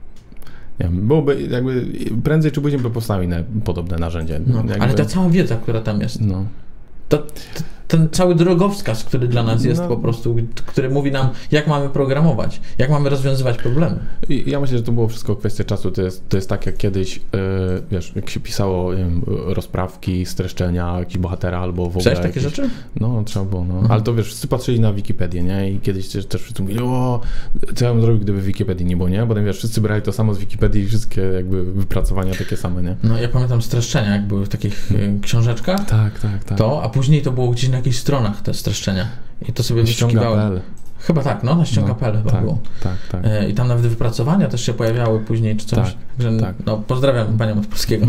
Speaker 2: Nie wiem, byłoby jakby prędzej czy później by powstały inne podobne narzędzie.
Speaker 1: No, jakby... Ale ta cała wiedza, która tam jest.
Speaker 2: No.
Speaker 1: To, to, ten cały drogowskaz, który dla nas jest no. po prostu, który mówi nam, jak mamy programować, jak mamy rozwiązywać problemy.
Speaker 2: I ja myślę, że to było wszystko kwestia czasu. To jest, to jest tak jak kiedyś, yy, wiesz, jak się pisało wiem, rozprawki, streszczenia, jakiś bohatera albo w ogóle...
Speaker 1: Chciałeś takie
Speaker 2: jakieś... rzeczy? No, trzeba było, no. Mhm. Ale to wiesz, wszyscy patrzyli na Wikipedię, nie? I kiedyś też, też wszyscy mówili, o, co ja bym zrobił, gdyby Wikipedii nie było, nie? Potem wiesz, wszyscy brali to samo z Wikipedii i wszystkie jakby wypracowania takie same, nie?
Speaker 1: No, ja pamiętam streszczenia, jak były w takich hmm. książeczkach.
Speaker 2: Tak, tak, tak.
Speaker 1: To, a później to było gdzieś na jakichś stronach te streszczenia. I to sobie wyszukiwałem. Chyba tak, no, na ściąga kropka p l no, chyba
Speaker 2: tak,
Speaker 1: było.
Speaker 2: Tak, tak.
Speaker 1: I tam nawet wypracowania też się pojawiały później, czy coś.
Speaker 2: Tak,
Speaker 1: Także,
Speaker 2: tak.
Speaker 1: No, pozdrawiam panią od polskiego.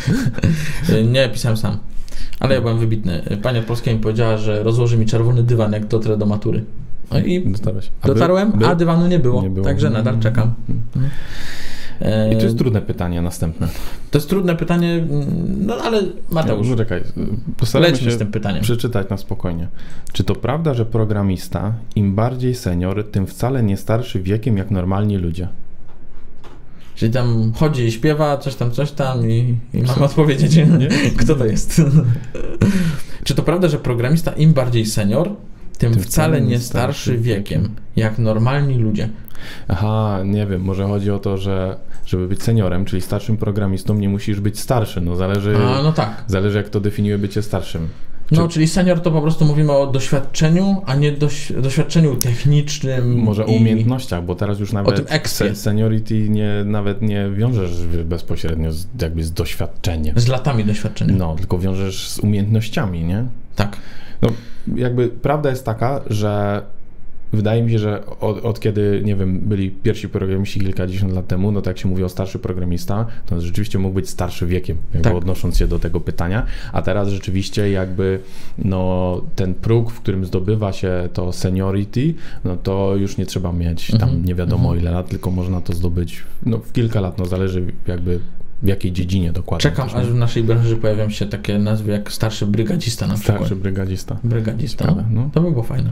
Speaker 1: Nie, pisałem sam. Ale ja byłem wybitny. Pani od polskiego mi powiedziała, że rozłoży mi czerwony dywan, jak dotrę do matury. No i a dotarłem, by, by? a dywanu nie było. Nie było. Także nadal czekam.
Speaker 2: Hmm. I to jest trudne pytanie następne.
Speaker 1: To jest trudne pytanie, no ale Mateusz,
Speaker 2: no, czekaj, postaramy się
Speaker 1: z tym pytaniem.
Speaker 2: Przeczytać na spokojnie. Czy to prawda, że programista, im bardziej senior, tym wcale nie starszy wiekiem jak normalni ludzie?
Speaker 1: Czyli tam chodzi i śpiewa, coś tam, coś tam i, i mam odpowiedzieć, nie? Kto to jest? Czy to prawda, że programista im bardziej senior, tym, tym wcale nie starszy wiekiem, wiekiem jak normalni ludzie?
Speaker 2: Aha, nie wiem, może chodzi o to, że żeby być seniorem, czyli starszym programistą, nie musisz być starszy, no zależy,
Speaker 1: A, no tak.
Speaker 2: zależy jak to definiuje bycie starszym.
Speaker 1: Czy... No, czyli senior to po prostu mówimy o doświadczeniu, a nie doś... doświadczeniu technicznym.
Speaker 2: Może
Speaker 1: i...
Speaker 2: o umiejętnościach, bo teraz już nawet
Speaker 1: se-
Speaker 2: seniority nie, nawet nie wiążesz bezpośrednio z, jakby z doświadczeniem.
Speaker 1: Z latami doświadczenia.
Speaker 2: No, tylko wiążesz z umiejętnościami, nie?
Speaker 1: Tak.
Speaker 2: No, jakby prawda jest taka, że wydaje mi się, że od, od kiedy, nie wiem, byli pierwsi programiści kilkadziesiąt lat temu, no to jak się mówi o starszy programista, to rzeczywiście mógł być starszy wiekiem, jakby tak. odnosząc się do tego pytania, a teraz rzeczywiście jakby no ten próg, w którym zdobywa się to seniority, no to już nie trzeba mieć tam mm-hmm. nie wiadomo mm-hmm. ile lat, tylko można to zdobyć no, w kilka lat, no zależy jakby w jakiej dziedzinie dokładnie.
Speaker 1: Czekam, aż w naszej branży pojawią się takie nazwy jak starszy brygadzista na
Speaker 2: starszy
Speaker 1: przykład.
Speaker 2: Starszy brygadzista.
Speaker 1: Brygadzista, Ciekawe, no. To by było fajne.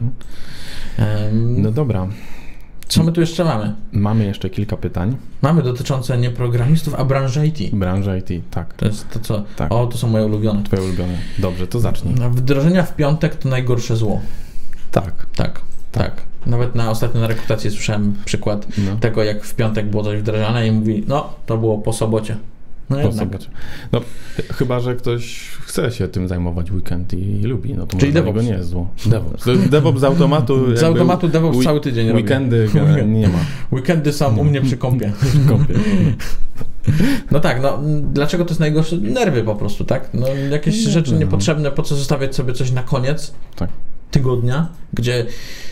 Speaker 1: Um,
Speaker 2: no dobra.
Speaker 1: Co my tu jeszcze mamy?
Speaker 2: Mamy jeszcze kilka pytań.
Speaker 1: Mamy dotyczące nie programistów, a branży I T.
Speaker 2: Branży I T, tak.
Speaker 1: To jest to, co...
Speaker 2: Tak.
Speaker 1: O, to są moje ulubione.
Speaker 2: Twoje ulubione. Dobrze, to zacznij.
Speaker 1: Wdrożenia w piątek to najgorsze zło.
Speaker 2: Tak.
Speaker 1: Tak, tak. tak. Nawet na ostatnio na rekrutacji słyszałem przykład no. tego, jak w piątek było coś wdrażane i mówi, no, to było po sobocie. No,
Speaker 2: po sobocie. No, chyba że ktoś chce się tym zajmować weekend i, i lubi, no to
Speaker 1: Czyli
Speaker 2: może nie jest zło. DevOps. DevOps z automatu.
Speaker 1: Z automatu DevOps
Speaker 2: we,
Speaker 1: cały tydzień robi.
Speaker 2: Weekendy nie ma.
Speaker 1: Weekendy są u mnie przy kąpie.
Speaker 2: kąpie.
Speaker 1: No tak, no dlaczego to jest najgorsze? Nerwy po prostu, tak? No jakieś nie, rzeczy no. niepotrzebne, po co zostawiać sobie coś na koniec tak. tygodnia, gdzie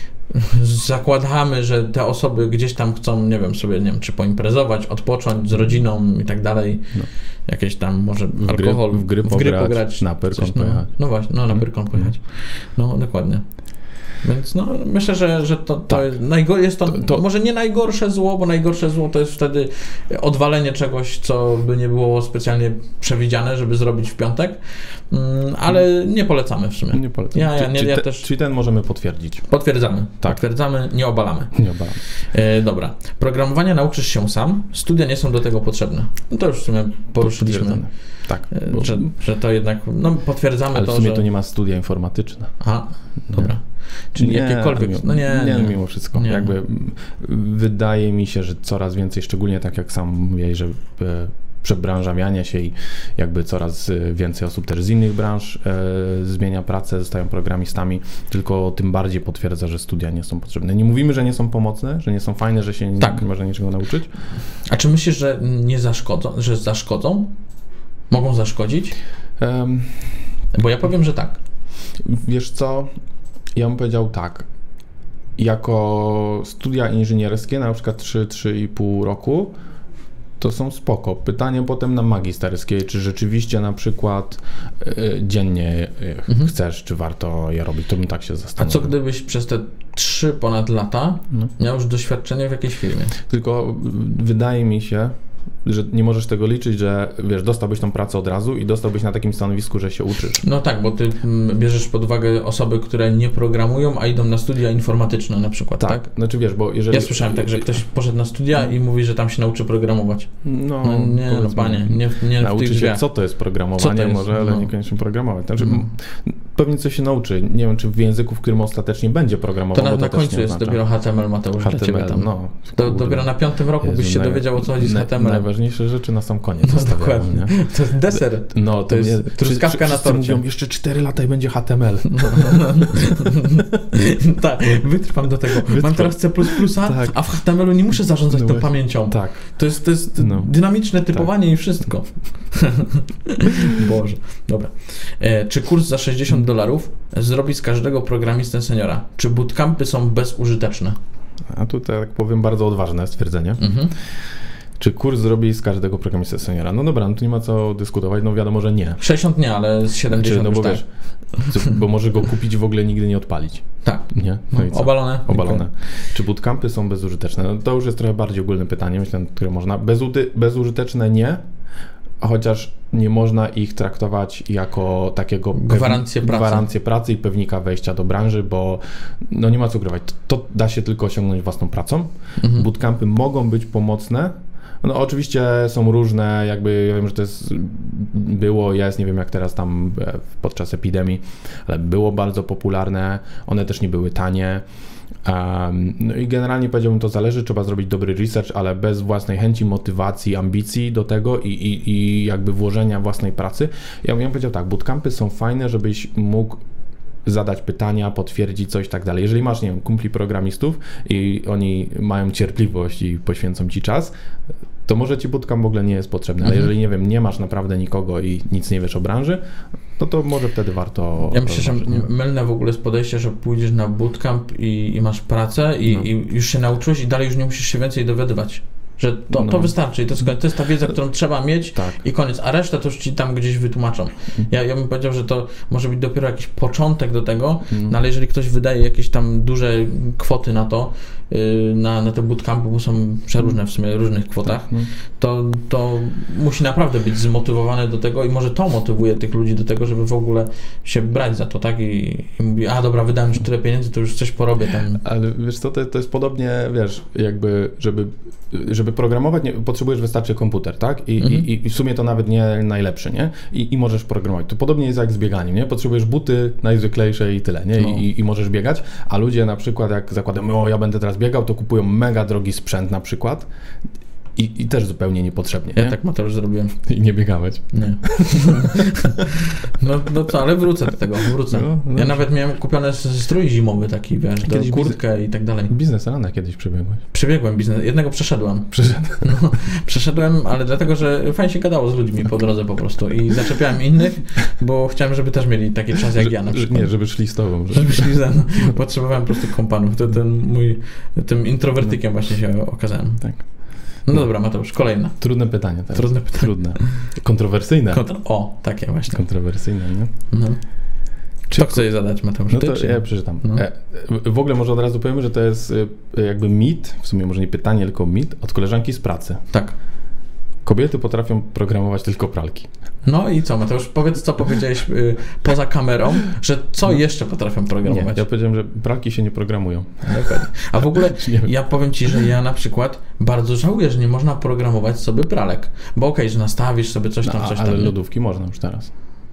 Speaker 1: zakładamy, że te osoby gdzieś tam chcą, nie wiem, sobie, nie wiem, czy poimprezować, odpocząć z rodziną i tak dalej, no. jakieś tam może
Speaker 2: w
Speaker 1: alkohol,
Speaker 2: gry, w gry,
Speaker 1: w gry pograć, pograć,
Speaker 2: na Pyrkon
Speaker 1: no,
Speaker 2: pojechać.
Speaker 1: No właśnie, no na Pyrkon pojechać. No dokładnie. Więc no, myślę, że, że to, to, tak. jest, najgo- jest to, to, to może nie najgorsze zło, bo najgorsze zło to jest wtedy odwalenie czegoś, co by nie było specjalnie przewidziane, żeby zrobić w piątek, mm, ale nie polecamy w sumie.
Speaker 2: Nie polecamy.
Speaker 1: Ja, ja, nie,
Speaker 2: czy,
Speaker 1: ja
Speaker 2: te,
Speaker 1: też...
Speaker 2: Czyli ten możemy potwierdzić.
Speaker 1: Potwierdzamy.
Speaker 2: Tak.
Speaker 1: Potwierdzamy, nie obalamy.
Speaker 2: Nie obalamy.
Speaker 1: E, dobra. Programowania nauczysz się sam, studia nie są do tego potrzebne. No to już w sumie poruszyliśmy.
Speaker 2: Tak.
Speaker 1: Bo... Że, że to jednak, no potwierdzamy
Speaker 2: ale
Speaker 1: to,
Speaker 2: w sumie
Speaker 1: że...
Speaker 2: to nie ma studia informatyczne.
Speaker 1: Aha, dobra. Czyli
Speaker 2: nie,
Speaker 1: jakiekolwiek...
Speaker 2: Mimo,
Speaker 1: no nie,
Speaker 2: nie,
Speaker 1: nie.
Speaker 2: mimo wszystko. Nie. Jakby wydaje mi się, że coraz więcej, szczególnie tak jak sam mówiłeś, że przebranżawianie się i jakby coraz więcej osób też z innych branż e, zmienia pracę, zostają programistami, tylko tym bardziej potwierdza, że studia nie są potrzebne. Nie mówimy, że nie są pomocne, że nie są fajne, że się tak. nie można niczego nauczyć.
Speaker 1: A czy myślisz, że nie zaszkodzą, że zaszkodzą? Mogą zaszkodzić? Um, Bo ja powiem, że tak.
Speaker 2: Wiesz co? Ja bym powiedział tak. Jako studia inżynierskie, na przykład trzy, trzy i pół roku, to są spoko. Pytanie potem na magisterskie, czy rzeczywiście na przykład y, dziennie y, mhm. chcesz, czy warto je robić, to bym tak się zastanowił.
Speaker 1: A co gdybyś przez te trzy ponad lata no. miał już doświadczenie w jakiejś firmie?
Speaker 2: Tylko wydaje mi się, że nie możesz tego liczyć, że wiesz, dostałbyś tą pracę od razu i dostałbyś na takim stanowisku, że się uczysz.
Speaker 1: No tak, bo ty bierzesz pod uwagę osoby, które nie programują, a idą na studia informatyczne na przykład, tak?
Speaker 2: Tak, znaczy wiesz, bo jeżeli...
Speaker 1: Ja słyszałem tak, że ktoś poszedł na studia i mówi, że tam się nauczy programować.
Speaker 2: No,
Speaker 1: no nie, no panie, nie, nie
Speaker 2: nauczy
Speaker 1: w tych
Speaker 2: się,
Speaker 1: drzwiach.
Speaker 2: co to jest programowanie,
Speaker 1: co to jest?
Speaker 2: może, ale
Speaker 1: no.
Speaker 2: niekoniecznie programować. Znaczy, mm. pewnie coś się nauczy. Nie wiem, czy w języku, w którym ostatecznie będzie programował.
Speaker 1: To na,
Speaker 2: to
Speaker 1: na końcu jest
Speaker 2: oznacza.
Speaker 1: dopiero H T M L, Mateusz,
Speaker 2: H T M L,
Speaker 1: dla ciebie tam.
Speaker 2: No,
Speaker 1: Do, dopiero na piątym roku Jezu, byś się naj... dowiedział, o co chodzi z H T M L.
Speaker 2: Najważniejsze rzeczy na sam koniec.
Speaker 1: No dokładnie. Nie? To jest deser.
Speaker 2: No, to,
Speaker 1: to jest
Speaker 2: nie,
Speaker 1: truskawka na torcie.
Speaker 2: Mówią, jeszcze cztery lata i będzie H T M L. No,
Speaker 1: no, no. Tak, wytrwam do tego. Wytrwam. Mam teraz C plus plus, tak. a w H T M L u nie muszę zarządzać no tą właśnie. pamięcią.
Speaker 2: Tak.
Speaker 1: To jest, to jest no. dynamiczne typowanie tak. i wszystko. Boże. Dobra. E, czy kurs za sześćdziesiąt dolarów zrobi z każdego programistę seniora? Czy bootcampy są bezużyteczne?
Speaker 2: A tutaj, tak powiem, bardzo odważne stwierdzenie. Mhm. Czy kurs zrobi z każdego programistę seniora? No dobra, no tu nie ma co dyskutować, no wiadomo, że nie.
Speaker 1: sześćdziesiąt nie, ale z siedemdziesiąt
Speaker 2: znaczy, no bo
Speaker 1: tak.
Speaker 2: wiesz, bo może go kupić i w ogóle nigdy nie odpalić.
Speaker 1: Tak.
Speaker 2: Nie? No i co?
Speaker 1: Obalone.
Speaker 2: Obalone. Czy bootcampy są bezużyteczne? No to już jest trochę bardziej ogólne pytanie, myślę, które można. Bezuty, bezużyteczne nie, chociaż nie można ich traktować jako takiego
Speaker 1: gwarancję pracy.
Speaker 2: gwarancję pracy i pewnika wejścia do branży, bo no nie ma co ukrywać. To da się tylko osiągnąć własną pracą. Mhm. Bootcampy mogą być pomocne. No oczywiście są różne, jakby ja wiem, że to jest, było, jest, nie wiem jak teraz tam podczas epidemii, ale było bardzo popularne, one też nie były tanie. Um, no i generalnie powiedziałbym, to zależy, trzeba zrobić dobry research, ale bez własnej chęci, motywacji, ambicji do tego i, i, i jakby włożenia własnej pracy. Ja bym powiedział tak, bootcampy są fajne, żebyś mógł zadać pytania, potwierdzić coś i tak dalej. Jeżeli masz, nie wiem, kumpli programistów i oni mają cierpliwość i poświęcą ci czas, to może ci bootcamp w ogóle nie jest potrzebny, ale mhm. jeżeli, nie wiem, nie masz naprawdę nikogo i nic nie wiesz o branży, no to może wtedy warto...
Speaker 1: Ja myślę, że mylne w ogóle jest podejście, że pójdziesz na bootcamp i, i masz pracę i, no. i już się nauczyłeś i dalej już nie musisz się więcej dowiadywać. Że to, no. to wystarczy i to jest, to jest ta wiedza, którą trzeba mieć tak. i koniec, a resztę to już ci tam gdzieś wytłumaczą. Ja, ja bym powiedział, że to może być dopiero jakiś początek do tego, mm. no ale jeżeli ktoś wydaje jakieś tam duże kwoty na to, yy, na, na te bootcampy, bo są przeróżne w sumie, różnych kwotach, mm. to, to musi naprawdę być zmotywowany do tego i może to motywuje tych ludzi do tego, żeby w ogóle się brać za to, tak? I, i mówi, a dobra, wydałem już tyle pieniędzy, to już coś porobię tam.
Speaker 2: Ale wiesz co, to, to jest podobnie, wiesz, jakby, żeby żeby programować, nie, potrzebujesz wystarczy komputer, tak? I, mhm. i, I w sumie to nawet nie najlepszy, nie? I, i możesz programować. To podobnie jest jak z bieganiem, nie? Potrzebujesz buty najzwyklejsze i tyle, nie? No. I, I możesz biegać, a ludzie na przykład jak zakładają, o ja będę teraz biegał, to kupują mega drogi sprzęt na przykład i, i też zupełnie niepotrzebnie,
Speaker 1: Ja
Speaker 2: nie?
Speaker 1: tak Mateusz zrobiłem.
Speaker 2: I nie biegałeś?
Speaker 1: Nie. no, no co, ale wrócę do tego, wrócę. No, no. Ja nawet miałem kupiony strój zimowy taki, wiesz, do kurtkę biznes, i tak dalej.
Speaker 2: Biznes rana kiedyś przebiegłeś?
Speaker 1: Przebiegłem biznes, jednego przeszedłem.
Speaker 2: Przeszedłem?
Speaker 1: No, przeszedłem, ale dlatego, że fajnie się gadało z ludźmi po drodze po prostu i zaczepiałem innych, bo chciałem, żeby też mieli taki czas jak
Speaker 2: że,
Speaker 1: ja na przykład.
Speaker 2: Nie, żeby szli z tobą.
Speaker 1: Żeby, żeby szli ze mną. Potrzebowałem po prostu kompanów. To ten mój, tym introwertykiem właśnie się okazałem. Tak. No, no dobra, Mateusz, kolejna.
Speaker 2: Trudne pytanie. Teraz.
Speaker 1: Trudne pytanie.
Speaker 2: Trudne. Kontrowersyjne.
Speaker 1: Kontro- o, takie właśnie.
Speaker 2: Kontrowersyjne, nie?
Speaker 1: No. Czy Kto chce je zadać, Mateusz?
Speaker 2: No
Speaker 1: Ty,
Speaker 2: to
Speaker 1: czy?
Speaker 2: ja przeczytam. No. W ogóle może od razu powiemy, że to jest jakby mit, w sumie może nie pytanie, tylko mit od koleżanki z pracy.
Speaker 1: Tak.
Speaker 2: Kobiety potrafią programować tylko pralki.
Speaker 1: No i co, Mateusz, powiedz, co powiedziałeś y, poza kamerą, że co no. jeszcze potrafią programować?
Speaker 2: Nie, ja powiedziałem, że pralki się nie programują.
Speaker 1: Dokładnie. A w ogóle ja powiem Ci, że ja na przykład bardzo żałuję, że nie można programować sobie pralek. Bo okej, okay, że nastawisz sobie coś tam,
Speaker 2: no,
Speaker 1: coś
Speaker 2: ale
Speaker 1: tam.
Speaker 2: Ale lodówki można już teraz.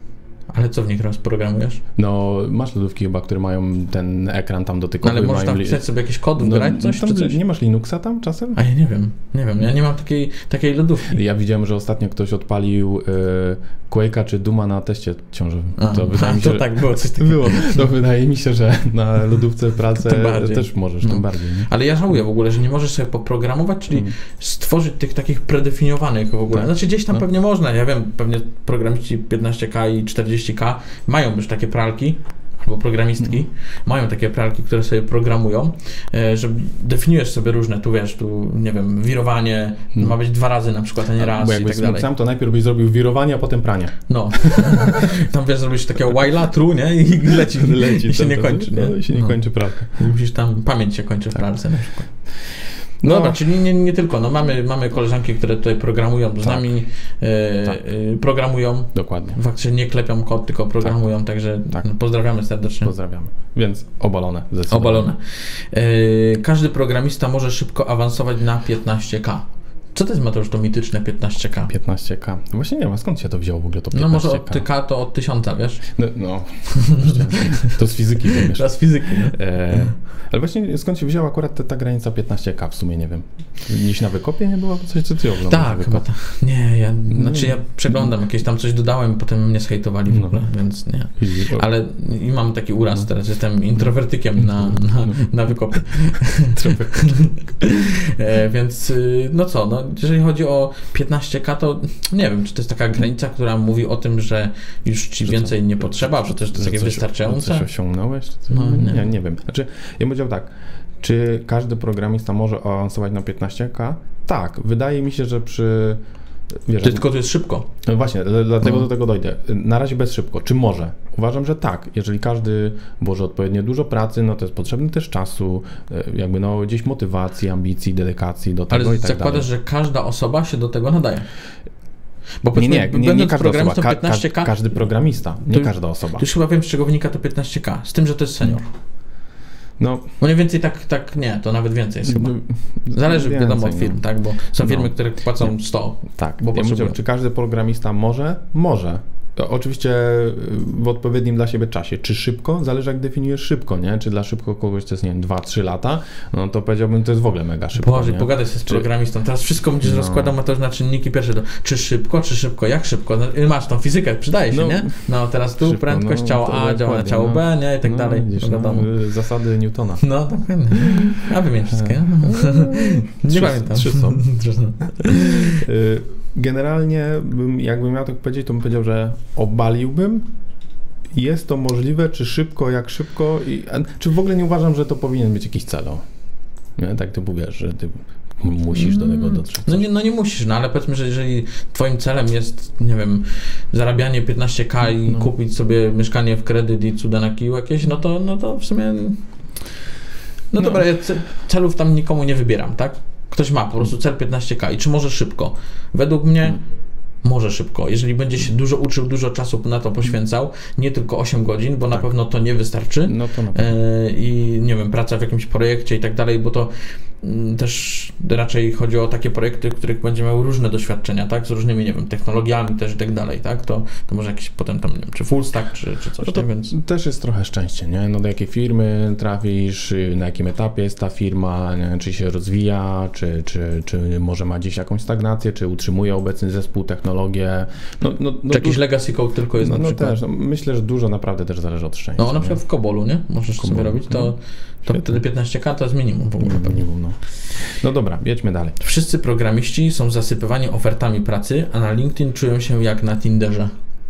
Speaker 1: Ale co w nich rozprogramujesz?
Speaker 2: No, masz lodówki chyba, które mają ten ekran tam dotykowy.
Speaker 1: Ale możesz tam
Speaker 2: li...
Speaker 1: pisać sobie jakiś kod, wgrać no, coś,
Speaker 2: tam,
Speaker 1: czy coś?
Speaker 2: Nie masz Linuxa tam czasem?
Speaker 1: A ja nie wiem, nie wiem, ja nie mam takiej, takiej lodówki.
Speaker 2: Ja widziałem, że ostatnio ktoś odpalił y, Quake'a czy Duma na teście ciążowym.
Speaker 1: A,
Speaker 2: to wydaje
Speaker 1: a,
Speaker 2: mi się,
Speaker 1: to tak było, coś takiego.
Speaker 2: Było. To wydaje mi się, że na lodówce pracę też możesz, no. tym bardziej. Nie?
Speaker 1: Ale ja żałuję w ogóle, że nie możesz sobie poprogramować, czyli hmm. stworzyć tych takich predefiniowanych w ogóle. Tak. Znaczy gdzieś tam no. pewnie można, ja wiem, pewnie programiści piętnaście K i czterdzieści K mają już takie pralki, albo programistki, mm. mają takie pralki, które sobie programują, że definiujesz sobie różne, tu wiesz, tu nie wiem, wirowanie, mm. ma być dwa razy na przykład, a nie raz.
Speaker 2: Bo jakbyś
Speaker 1: i tak dalej.
Speaker 2: Sam to najpierw byś zrobił wirowanie, a potem pranie.
Speaker 1: No. Tam wiesz, zrobisz takiego while'a, true, nie? I leci, leci i się nie kończy. Nie?
Speaker 2: No i się nie
Speaker 1: no.
Speaker 2: kończy pralka.
Speaker 1: I musisz tam, pamięć się kończy w
Speaker 2: tak.
Speaker 1: pralce na przykład. No,
Speaker 2: no
Speaker 1: dobra, czyli nie, nie tylko, no mamy, mamy koleżanki, które tutaj programują z tak. nami, e, tak. e, programują.
Speaker 2: Dokładnie.
Speaker 1: Faktycznie nie klepią kod, tylko programują, tak. także tak. No, pozdrawiamy serdecznie.
Speaker 2: Pozdrawiamy. Więc obalone.
Speaker 1: Obalone. E, każdy programista może szybko awansować na piętnaście K. Co to jest, Mateusz, to mityczne piętnaście K?
Speaker 2: piętnaście K. Właśnie nie wiem, skąd się to wzięło w ogóle to piętnaście K?
Speaker 1: No może od K to od tysiąca, wiesz?
Speaker 2: No, no. To z fizyki wiesz.
Speaker 1: To z fizyki, no.
Speaker 2: E, ale właśnie skąd się wzięła akurat ta, ta granica piętnaście K w sumie, nie wiem. Gdzieś na wykopie nie było? Coś, co ty oglądasz?
Speaker 1: Tak, chyba tak. Nie, ja, znaczy ja przeglądam, jakieś tam coś dodałem, potem mnie zhejtowali w ogóle, no. więc nie. Ale i mam taki uraz teraz, jestem introwertykiem na, na, na wykopie. e, więc no co, no jeżeli chodzi o piętnaście K, to nie wiem, czy to jest taka granica, która mówi o tym, że już ci że więcej co? nie potrzeba, że to jest takie
Speaker 2: coś,
Speaker 1: wystarczające.
Speaker 2: Coś osiągnąłeś? Coś?
Speaker 1: No, nie.
Speaker 2: nie, nie wiem. Znaczy, ja bym powiedział tak, czy każdy programista może awansować na piętnaście K? Tak, wydaje mi się, że przy... Wiesz,
Speaker 1: to tylko to jest szybko.
Speaker 2: No właśnie, dlatego no. do tego dojdę. Na razie bez szybko. Czy może? Uważam, że tak. Jeżeli każdy włoży odpowiednio dużo pracy, no to jest potrzebny też czasu, jakby no gdzieś motywacji, ambicji, dedykacji do tego.
Speaker 1: Ale
Speaker 2: i tak
Speaker 1: zakładasz,
Speaker 2: dalej.
Speaker 1: że każda osoba się do tego nadaje.
Speaker 2: Bo nie, nie, nie, nie każda osoba, Ka-
Speaker 1: piętnaście K,
Speaker 2: każdy programista, nie to, każda osoba.
Speaker 1: Tu już chyba wiem, z czego wynika to piętnaście K, z tym, że to jest senior.
Speaker 2: No,
Speaker 1: mniej więcej tak, tak nie, to nawet więcej jest chyba. Zależy więcej, wiadomo od firm, no. tak, bo są firmy, no. które płacą sto.
Speaker 2: Tak,
Speaker 1: bo
Speaker 2: ja mówię, czy każdy programista może? Może. To oczywiście w odpowiednim dla siebie czasie. Czy szybko? Zależy jak definiujesz szybko, nie? Czy dla szybko kogoś to jest, nie wiem, dwa trzy lata, no to powiedziałbym, to jest w ogóle mega szybko.
Speaker 1: Boże, pogadaj się z czy... programistą. Teraz wszystko będziesz no. rozkładał Mateusz na czynniki pierwsze. To, czy szybko, czy szybko, jak szybko? No, masz tą fizykę, przydaje się, no, nie? No teraz tu szybko, prędkość, no, ciało A działa na ciało no. B, nie? I tak no, dalej. Widzisz, no,
Speaker 2: zasady Newtona.
Speaker 1: No, dokładnie. A wymień wszystkie. Nie
Speaker 2: trzy,
Speaker 1: pamiętam.
Speaker 2: Trzy są. Generalnie, bym, jakbym miał tak powiedzieć, to bym powiedział, że obaliłbym. Jest to możliwe, czy szybko, jak szybko, i, czy w ogóle nie uważam, że to powinien być jakiś cel. Nie? Tak ty powiesz, że ty musisz do tego dotrzeć.
Speaker 1: No nie, no nie musisz, no ale powiedzmy, że jeżeli twoim celem jest, nie wiem, zarabianie piętnaście tysięcy i no. kupić sobie mieszkanie w kredyt i cuda na kiju jakieś, no to, no to w sumie... No, no dobra, ja celów tam nikomu nie wybieram, tak? Ktoś ma po prostu cel piętnaście tysięcy i czy może szybko? Według mnie może szybko. Jeżeli będzie się dużo uczył, dużo czasu na to poświęcał, nie tylko osiem godzin, bo tak. na pewno to nie wystarczy.
Speaker 2: No to na pewno.
Speaker 1: E, I nie wiem, praca w jakimś projekcie i tak dalej, bo to m, też raczej chodzi o takie projekty, w których będzie miał różne doświadczenia, tak? Z różnymi, nie wiem, technologiami też i tak dalej, tak? To, to może jakiś potem tam, nie wiem, czy full stack, czy, czy coś.
Speaker 2: No to
Speaker 1: nie? Więc...
Speaker 2: też jest trochę szczęście, nie? No do jakiej firmy trafisz, na jakim etapie jest ta firma, nie? Czy się rozwija, czy, czy, czy może ma gdzieś jakąś stagnację, czy utrzymuje obecny zespół, technologię. No, no, no,
Speaker 1: czy jakiś du- legacy code tylko jest
Speaker 2: no,
Speaker 1: na
Speaker 2: no
Speaker 1: przykład?
Speaker 2: Też, no, myślę, że dużo naprawdę też zależy od szczęścia.
Speaker 1: No na przykład nie? w Kobolu, nie? Możesz Kobolu. sobie robić, to, to wtedy piętnaście tysięcy to jest minimum w ogóle.
Speaker 2: Minimum, no. no dobra, jedźmy dalej.
Speaker 1: Wszyscy programiści są zasypywani ofertami pracy, a na LinkedIn czują się jak na Tinderze.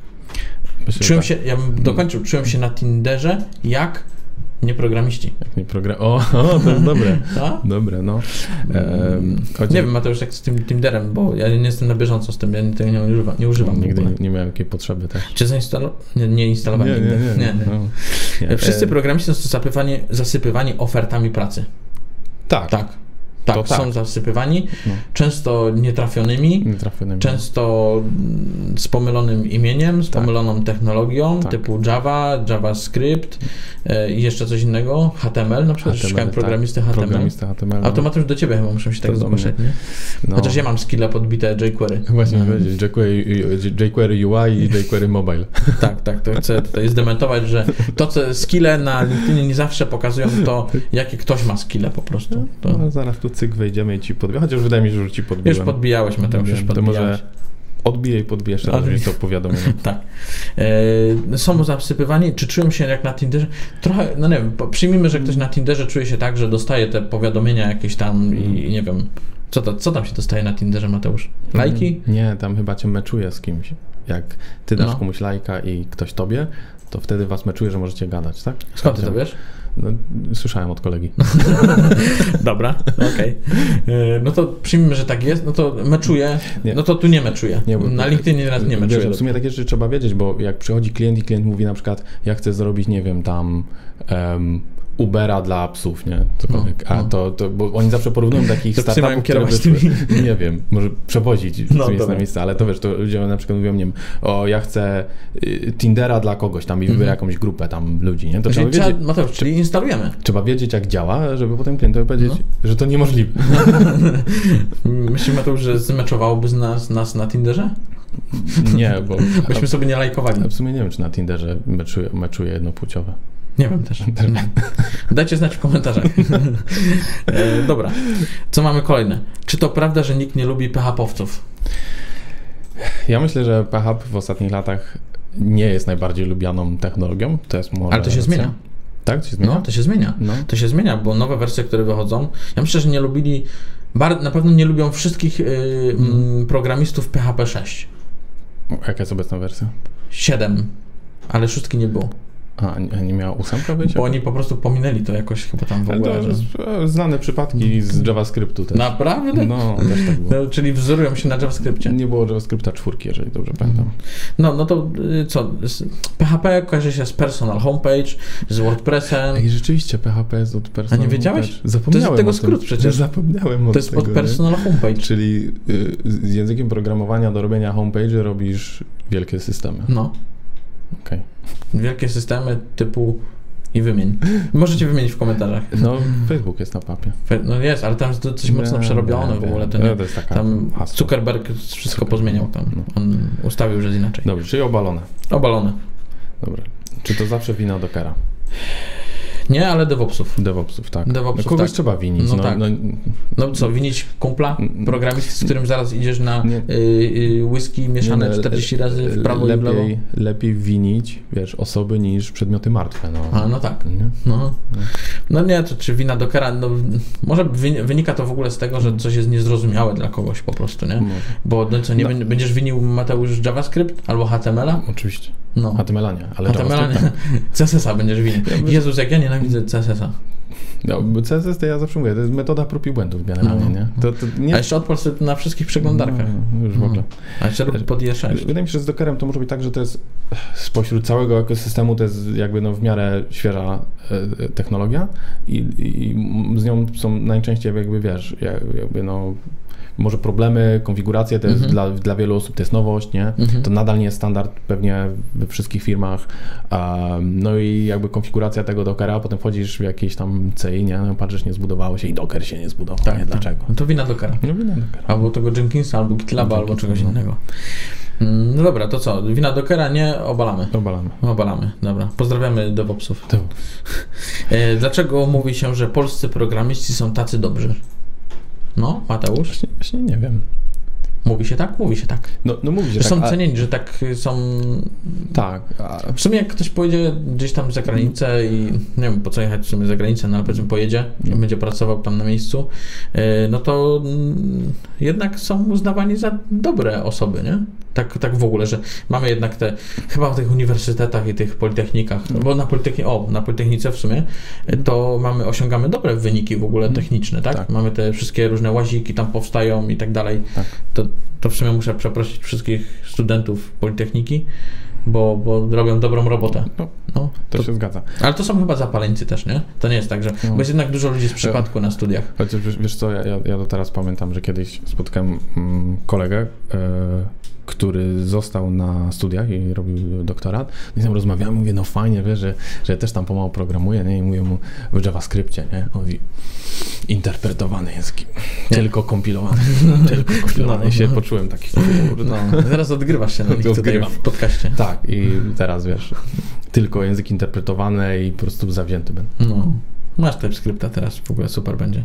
Speaker 1: Myślę, czują tak. się, ja bym dokończył, czują się na Tinderze jak nieprogamiści.
Speaker 2: Jak nie program... O, o, to jest dobre. A? Dobre, no.
Speaker 1: Ehm, chodzi... Nie wiem, Mateusz, jak z tym Tinderem, bo ja nie jestem na bieżąco z tym, ja tego nie używam. Nie używam
Speaker 2: nigdy nie, nie miałem takiej potrzeby, tak?
Speaker 1: Czy zainstalowałem? Nie, nie instalowałem
Speaker 2: nie,
Speaker 1: nigdy.
Speaker 2: Nie, nie, nie. nie. No.
Speaker 1: nie. Wszyscy programiści są zasypywani, zasypywani ofertami pracy.
Speaker 2: Tak.
Speaker 1: Tak. Tak, to są tak. zasypywani, no. często nietrafionymi,
Speaker 2: nietrafionymi,
Speaker 1: często z pomylonym imieniem, z tak. pomyloną technologią, tak. typu Java, JavaScript e, i jeszcze coś innego, H T M L, na przykład H T M L, szukałem programisty tak. H T M L.
Speaker 2: Programista H T M L.
Speaker 1: Automatycznie do ciebie chyba muszę się tak zgłaszać, nie? No. Chociaż ja mam skille podbite jQuery.
Speaker 2: Właśnie no. powiedzieć, jQuery, jQuery U I i jQuery Mobile.
Speaker 1: Tak, tak, to chcę tutaj zdementować, że to, co skille na LinkedInie nie zawsze pokazują to, jakie ktoś ma skille po prostu. To...
Speaker 2: No, zaraz tu cyk wejdziemy i ci podbiję, chociaż wydaje mi się, że ci podbiłem.
Speaker 1: Już podbijałeś, Mateusz, już podbijałeś. To może
Speaker 2: odbijaj, podbijesz, teraz mi to powiadomienie.
Speaker 1: Tak. E, są zasypywani, czy czują się jak na Tinderze? Trochę, no nie wiem, przyjmijmy, że ktoś na Tinderze czuje się tak, że dostaje te powiadomienia jakieś tam i, i nie wiem, co, to, co tam się dostaje na Tinderze, Mateusz? Lajki?
Speaker 2: Nie, tam chyba cię meczuje z kimś. Jak ty dasz
Speaker 1: no.
Speaker 2: komuś lajka i ktoś tobie, to wtedy was meczuje, że możecie gadać, tak?
Speaker 1: Skąd ty to wiesz?
Speaker 2: No, słyszałem od kolegi.
Speaker 1: Dobra, okej. Okay. No to przyjmijmy, że tak jest, no to meczuję, nie. no to tu nie meczuję. Nie, na LinkedInie nieraz nie meczuję.
Speaker 2: Wiesz, w sumie takie rzeczy trzeba wiedzieć, bo jak przychodzi klient i klient mówi na przykład, ja chcę zrobić, nie wiem, tam um, Ubera dla psów, nie? No, A no. To, to, bo oni zawsze porównują takich to startupów, które wyszły, nie wiem, może przewozić no, jest na miejsce, ale to wiesz, to ludzie na przykład mówią, nie wiem, o ja chcę y, Tindera dla kogoś tam i mm-hmm. wybiera jakąś grupę tam ludzi, nie? To
Speaker 1: trzeba
Speaker 2: wiedzieć,
Speaker 1: trzeba, Mateusz, czyli instalujemy.
Speaker 2: Trzeba wiedzieć, jak działa, żeby potem klientowi powiedzieć, no. że to niemożliwe.
Speaker 1: Myślisz, Mateusz, że zmeczowałoby nas, nas na Tinderze?
Speaker 2: Nie, bo...
Speaker 1: Byśmy sobie nie lajkowali.
Speaker 2: W sumie nie wiem, czy na Tinderze meczuje, meczuje jednopłciowe.
Speaker 1: Nie wiem też. Dajcie znać w komentarzach. e, dobra. Co mamy kolejne? Czy to prawda, że nikt nie lubi P H P-owców?
Speaker 2: Ja myślę, że P H P w ostatnich latach nie jest najbardziej lubianą technologią. To jest może
Speaker 1: Ale to się racja. zmienia.
Speaker 2: Tak? To się zmienia?
Speaker 1: No, to się zmienia.
Speaker 2: No.
Speaker 1: To się zmienia, bo nowe wersje, które wychodzą, ja myślę, że nie lubili, bar, na pewno nie lubią wszystkich y, hmm. programistów P H P sześć.
Speaker 2: Jaka jest obecna wersja?
Speaker 1: siedem, ale szóstki nie było.
Speaker 2: A, nie miała ósemka być?
Speaker 1: Bo oni po prostu pominęli to jakoś chyba tam w ogóle.
Speaker 2: To że... Znane przypadki z JavaScriptu też.
Speaker 1: Naprawdę?
Speaker 2: No, też tak było.
Speaker 1: No, czyli wzorują się na JavaScriptie?
Speaker 2: Nie było JavaScripta czwórki, jeżeli dobrze pamiętam.
Speaker 1: No, no to co? P H P kojarzy się z Personal Homepage, z WordPressem.
Speaker 2: Ej, rzeczywiście P H P jest od Personal
Speaker 1: A nie wiedziałeś?
Speaker 2: Homepage. Zapomniałem
Speaker 1: to jest tego skrót przecież.
Speaker 2: Zapomniałem o
Speaker 1: To jest
Speaker 2: tego,
Speaker 1: od Personal
Speaker 2: nie?
Speaker 1: Homepage.
Speaker 2: Czyli y, z językiem programowania do robienia homepage robisz wielkie systemy.
Speaker 1: No.
Speaker 2: Okay.
Speaker 1: Wielkie systemy typu i wymień. Możecie wymienić w komentarzach.
Speaker 2: No, Facebook jest na papie.
Speaker 1: No jest, ale tam jest coś mocno
Speaker 2: nie,
Speaker 1: przerobione
Speaker 2: nie,
Speaker 1: w ogóle. To,
Speaker 2: nie,
Speaker 1: nie,
Speaker 2: to jest taka
Speaker 1: tam
Speaker 2: hasło.
Speaker 1: Zuckerberg wszystko pozmieniał tam. On ustawił, że jest inaczej.
Speaker 2: Dobrze, czyli obalone.
Speaker 1: Obalone.
Speaker 2: Dobra. Czy to zawsze wina Dockera?
Speaker 1: Nie, ale DevOpsów.
Speaker 2: DevOpsów, tak.
Speaker 1: DevOpsów,
Speaker 2: no kogoś
Speaker 1: tak.
Speaker 2: trzeba winić.
Speaker 1: No,
Speaker 2: no,
Speaker 1: tak.
Speaker 2: no,
Speaker 1: no co, winić kumpla, programisty, z którym zaraz idziesz na y, y, whisky mieszane nie, no, czterdzieści razy w prawo
Speaker 2: lepiej,
Speaker 1: i w lewo?
Speaker 2: Lepiej winić, wiesz, osoby niż przedmioty martwe. No.
Speaker 1: A, no tak. Nie? No. no nie, to czy wina Dockera, no może wynika to w ogóle z tego, że coś jest niezrozumiałe dla kogoś po prostu, nie? Może. Bo no co, nie no. będziesz winił, Mateusz, JavaScript albo H T M L a?
Speaker 2: Oczywiście.
Speaker 1: No.
Speaker 2: H T M L a nie, ale
Speaker 1: H T M L a nie. C S S a będziesz winił. Jezus, jak ja nienawidzę C S S a.
Speaker 2: No, bo C S S to ja zawsze mówię, to jest metoda prób i błędów generalnie, no. nie? To, to nie?
Speaker 1: A jeszcze odpal sobie na wszystkich przeglądarkach.
Speaker 2: No, już w ogóle.
Speaker 1: A jeszcze pod I E sześć.
Speaker 2: Wydaje mi się, że z Dockerem to może być tak, że to jest spośród całego ekosystemu to jest jakby no w miarę świeża e, technologia i, i z nią są najczęściej jakby wiesz, jakby no może problemy, konfiguracje, to jest mm-hmm. dla, dla wielu osób to jest nowość, nie? Mm-hmm. To nadal nie jest standard pewnie we wszystkich firmach. Um, no i jakby konfiguracja tego Dockera, a potem wchodzisz w jakieś tam C I, nie? No, patrzysz, nie zbudowało się i Docker się nie zbudował.
Speaker 1: Tak,
Speaker 2: nie? Dlaczego?
Speaker 1: Tak. No to wina Dockera.
Speaker 2: No wina Dockera.
Speaker 1: Albo tego Jenkinsa, albo GitLaba, albo czegoś no. innego. No dobra, to co? Wina Dockera nie obalamy.
Speaker 2: Obalamy.
Speaker 1: Obalamy, dobra. Pozdrawiamy DevOpsów.
Speaker 2: To.
Speaker 1: Dlaczego mówi się, że polscy programiści są tacy dobrzy? No, Mateusz?
Speaker 2: Właśnie, właśnie nie wiem.
Speaker 1: Mówi się tak? Mówi się tak.
Speaker 2: No, no mówi się
Speaker 1: że
Speaker 2: tak.
Speaker 1: Są cenieni, a... że tak są...
Speaker 2: Tak.
Speaker 1: A... W sumie jak ktoś pojedzie gdzieś tam za granicę i nie wiem po co jechać w sumie za granicę, no ale powiedzmy pojedzie i będzie pracował tam na miejscu, no to jednak są uznawani za dobre osoby, nie? Tak, tak w ogóle, że mamy jednak te, chyba w tych uniwersytetach i tych politechnikach, no bo na politechnice, o, na politechnice w sumie, to mamy, osiągamy dobre wyniki w ogóle techniczne, tak? tak? Mamy te wszystkie różne łaziki tam powstają i tak dalej. Tak. To, to w sumie muszę przeprosić wszystkich studentów politechniki, bo, bo robią dobrą robotę.
Speaker 2: No, no, to, to się zgadza.
Speaker 1: Ale to są chyba zapaleńcy też, nie? To nie jest tak, że... No. Bo jest jednak dużo ludzi z przypadku na studiach.
Speaker 2: Chociaż wiesz, wiesz co, ja, ja do teraz pamiętam, że kiedyś spotkałem mm, kolegę, e, który został na studiach i robił doktorat. I tam rozmawiamy, mówię, no fajnie, wiesz, że, że też tam pomału programuję, nie? I mówię mu w JavaScriptie, nie? On mówi, interpretowany język, tylko kompilowany, tylko kompilowany. I się no. poczułem taki...
Speaker 1: No, teraz odgrywasz się na nich tutaj w podcaście.
Speaker 2: Tak, i teraz, wiesz, tylko język interpretowany i po prostu zawzięty będę.
Speaker 1: No, masz TypeScripta teraz, w ogóle super będzie.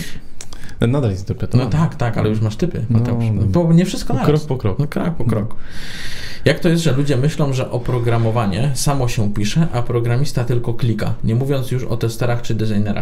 Speaker 2: No, nadal jest interpretowany.
Speaker 1: No tak, tak, ale już masz typy.
Speaker 2: No,
Speaker 1: no, bo nie wszystko naraz.
Speaker 2: Krok po kroku.
Speaker 1: No, krok po kroku. Jak to jest, że ludzie myślą, że oprogramowanie samo się pisze, a programista tylko klika, nie mówiąc już o testerach czy designerach?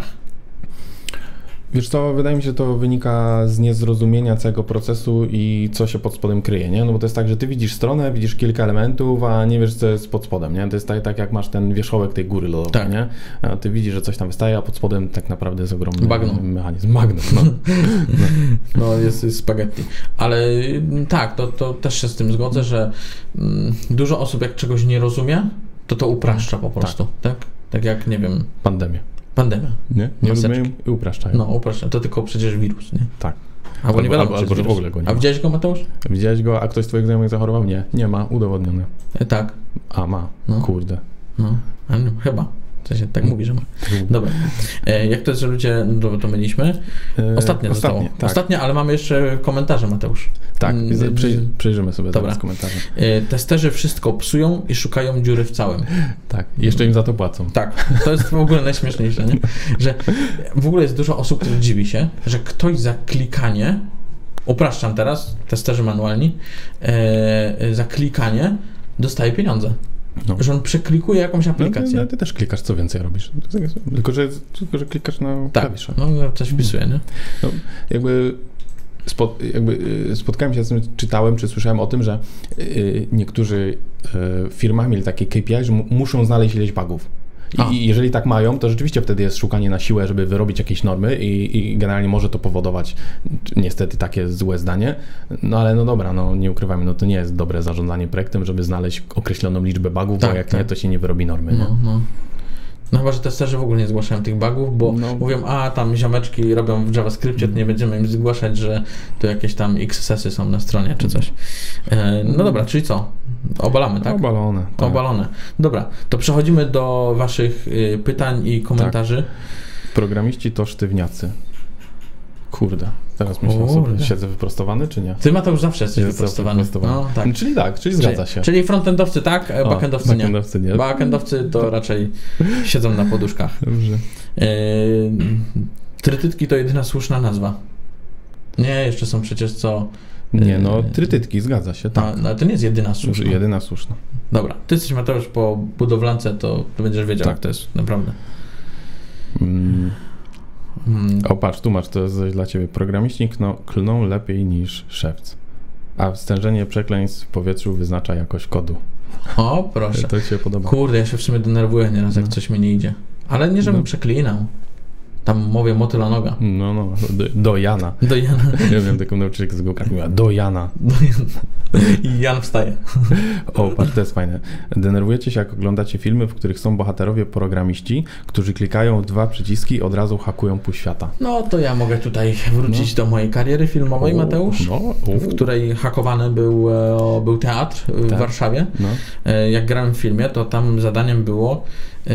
Speaker 2: Wiesz co, wydaje mi się, że to wynika z niezrozumienia całego procesu i co się pod spodem kryje, nie? No bo to jest tak, że ty widzisz stronę, widzisz kilka elementów, a nie wiesz, co jest pod spodem, nie? To jest tak, tak jak masz ten wierzchołek tej góry lodowej, tak. nie? A ty widzisz, że coś tam wystaje, a pod spodem tak naprawdę jest ogromny
Speaker 1: bagno.
Speaker 2: mechanizm. Bagno, no.
Speaker 1: no. no jest, jest spaghetti. Ale tak, to, to też się z tym zgodzę, że mm, dużo osób jak czegoś nie rozumie, to to upraszcza po prostu, tak? Tak, tak jak, nie wiem...
Speaker 2: Pandemia.
Speaker 1: Pandemia.
Speaker 2: Nie? Nie rozumieją i upraszczają.
Speaker 1: No, upraszczają. To tylko przecież wirus, nie?
Speaker 2: Tak.
Speaker 1: Albo, albo nie wiadomo,
Speaker 2: albo, albo że w ogóle go nie
Speaker 1: ma. A widziałeś go, Mateusz?
Speaker 2: Widziałeś go, a ktoś z twoich znajomych zachorował? Nie. Nie ma. Udowodnione.
Speaker 1: E, tak.
Speaker 2: A ma. No. Kurde.
Speaker 1: No. A, no, chyba. W sensie tak mówi, że ma. Dobra. E, jak to jest, że ludzie, no to myliśmy? Ostatnie
Speaker 2: e,
Speaker 1: zostało.
Speaker 2: Ostatnie, tak.
Speaker 1: Ostatnie, ale mamy jeszcze komentarze, Mateusz.
Speaker 2: Tak, Przyj, przyjrzymy sobie
Speaker 1: Dobra.
Speaker 2: teraz komentarze.
Speaker 1: E, testerzy wszystko psują i szukają dziury w całym.
Speaker 2: Tak, jeszcze im za to płacą.
Speaker 1: Tak, to jest w ogóle najśmieszniejsze, nie? Że w ogóle jest dużo osób, które dziwi się, że ktoś za klikanie, upraszczam teraz, testerzy manualni, e, za klikanie dostaje pieniądze. No. Że on przeklikuje jakąś aplikację.
Speaker 2: No, ty, ty też klikasz, co więcej robisz. Tylko, że, tylko, że klikasz na
Speaker 1: tak,
Speaker 2: klawisze.
Speaker 1: No, coś wpisuje, nie?
Speaker 2: No, jakby, spot, jakby spotkałem się z tym, czytałem, czy słyszałem o tym, że y, niektórzy y, w firmach mieli takie K P I, że m- muszą znaleźć ileś bugów. I, I jeżeli tak mają, to rzeczywiście wtedy jest szukanie na siłę, żeby wyrobić jakieś normy i, i generalnie może to powodować niestety takie złe zdanie, no ale no dobra, no nie ukrywamy, no to nie jest dobre zarządzanie projektem, żeby znaleźć określoną liczbę bugów, tak, bo jak tak. nie, to się nie wyrobi normy.
Speaker 1: No,
Speaker 2: nie?
Speaker 1: No. No chyba, że testerzy w ogóle nie zgłaszają tych bugów, bo no. mówią, a tam ziomeczki robią w JavaScriptie, to nie będziemy im zgłaszać, że to jakieś tam X S S y są na stronie czy coś. E, no dobra, czyli co? Obalamy, tak?
Speaker 2: Obalone. Tak.
Speaker 1: Obalone. Dobra, to przechodzimy do waszych y, pytań i komentarzy.
Speaker 2: Tak. Programiści to sztywniacy. Kurde, teraz myślę
Speaker 1: Kurde.
Speaker 2: sobie, siedzę wyprostowany czy nie?
Speaker 1: Ty, Mateusz, zawsze jesteś
Speaker 2: Jest
Speaker 1: wyprostowany.
Speaker 2: wyprostowany.
Speaker 1: No, tak.
Speaker 2: Czyli tak, czyli zgadza
Speaker 1: czyli,
Speaker 2: się.
Speaker 1: Czyli frontendowcy tak,
Speaker 2: O,
Speaker 1: backendowcy,
Speaker 2: backendowcy nie.
Speaker 1: nie. Backendowcy to raczej siedzą na poduszkach.
Speaker 2: Dobrze.
Speaker 1: Yy, trytytki to jedyna słuszna nazwa. Nie, jeszcze są przecież co...
Speaker 2: Nie, no, trytytki, zgadza się, tak.
Speaker 1: No, no to nie jest jedyna słuszna.
Speaker 2: Jedyna słuszna.
Speaker 1: Dobra, ty jesteś, Mateusz, po budowlance, to będziesz wiedział,
Speaker 2: Tak.
Speaker 1: jak to jest, naprawdę.
Speaker 2: Mm.
Speaker 1: Mm.
Speaker 2: O, patrz, tu masz, to jest coś dla ciebie. Programiści klną, klną lepiej niż szewc, a stężenie przekleństw w powietrzu wyznacza jakość kodu.
Speaker 1: O, proszę.
Speaker 2: To ci się podoba.
Speaker 1: Kurde, ja się w sumie denerwuję nieraz, jak
Speaker 2: No.
Speaker 1: coś mi nie idzie. Ale nie, żebym
Speaker 2: No.
Speaker 1: przeklinał. Tam mówię motyla noga.
Speaker 2: No, no, do, do Jana.
Speaker 1: Do Jana.
Speaker 2: Ja wiem, taką nauczycielkę z geografii mówiła, do Jana.
Speaker 1: Do Jana. I Jan wstaje.
Speaker 2: O, patrz, to jest fajne. Denerwujecie się, jak oglądacie filmy, w których są bohaterowie programiści, którzy klikają dwa przyciski i od razu hakują pół świata.
Speaker 1: No to ja mogę tutaj wrócić do mojej kariery filmowej,
Speaker 2: O,
Speaker 1: Mateusz,
Speaker 2: no,
Speaker 1: w której hakowany był, e, był teatr w
Speaker 2: Tak.
Speaker 1: Warszawie.
Speaker 2: No.
Speaker 1: E, Jak grałem w filmie, to tam zadaniem było, e,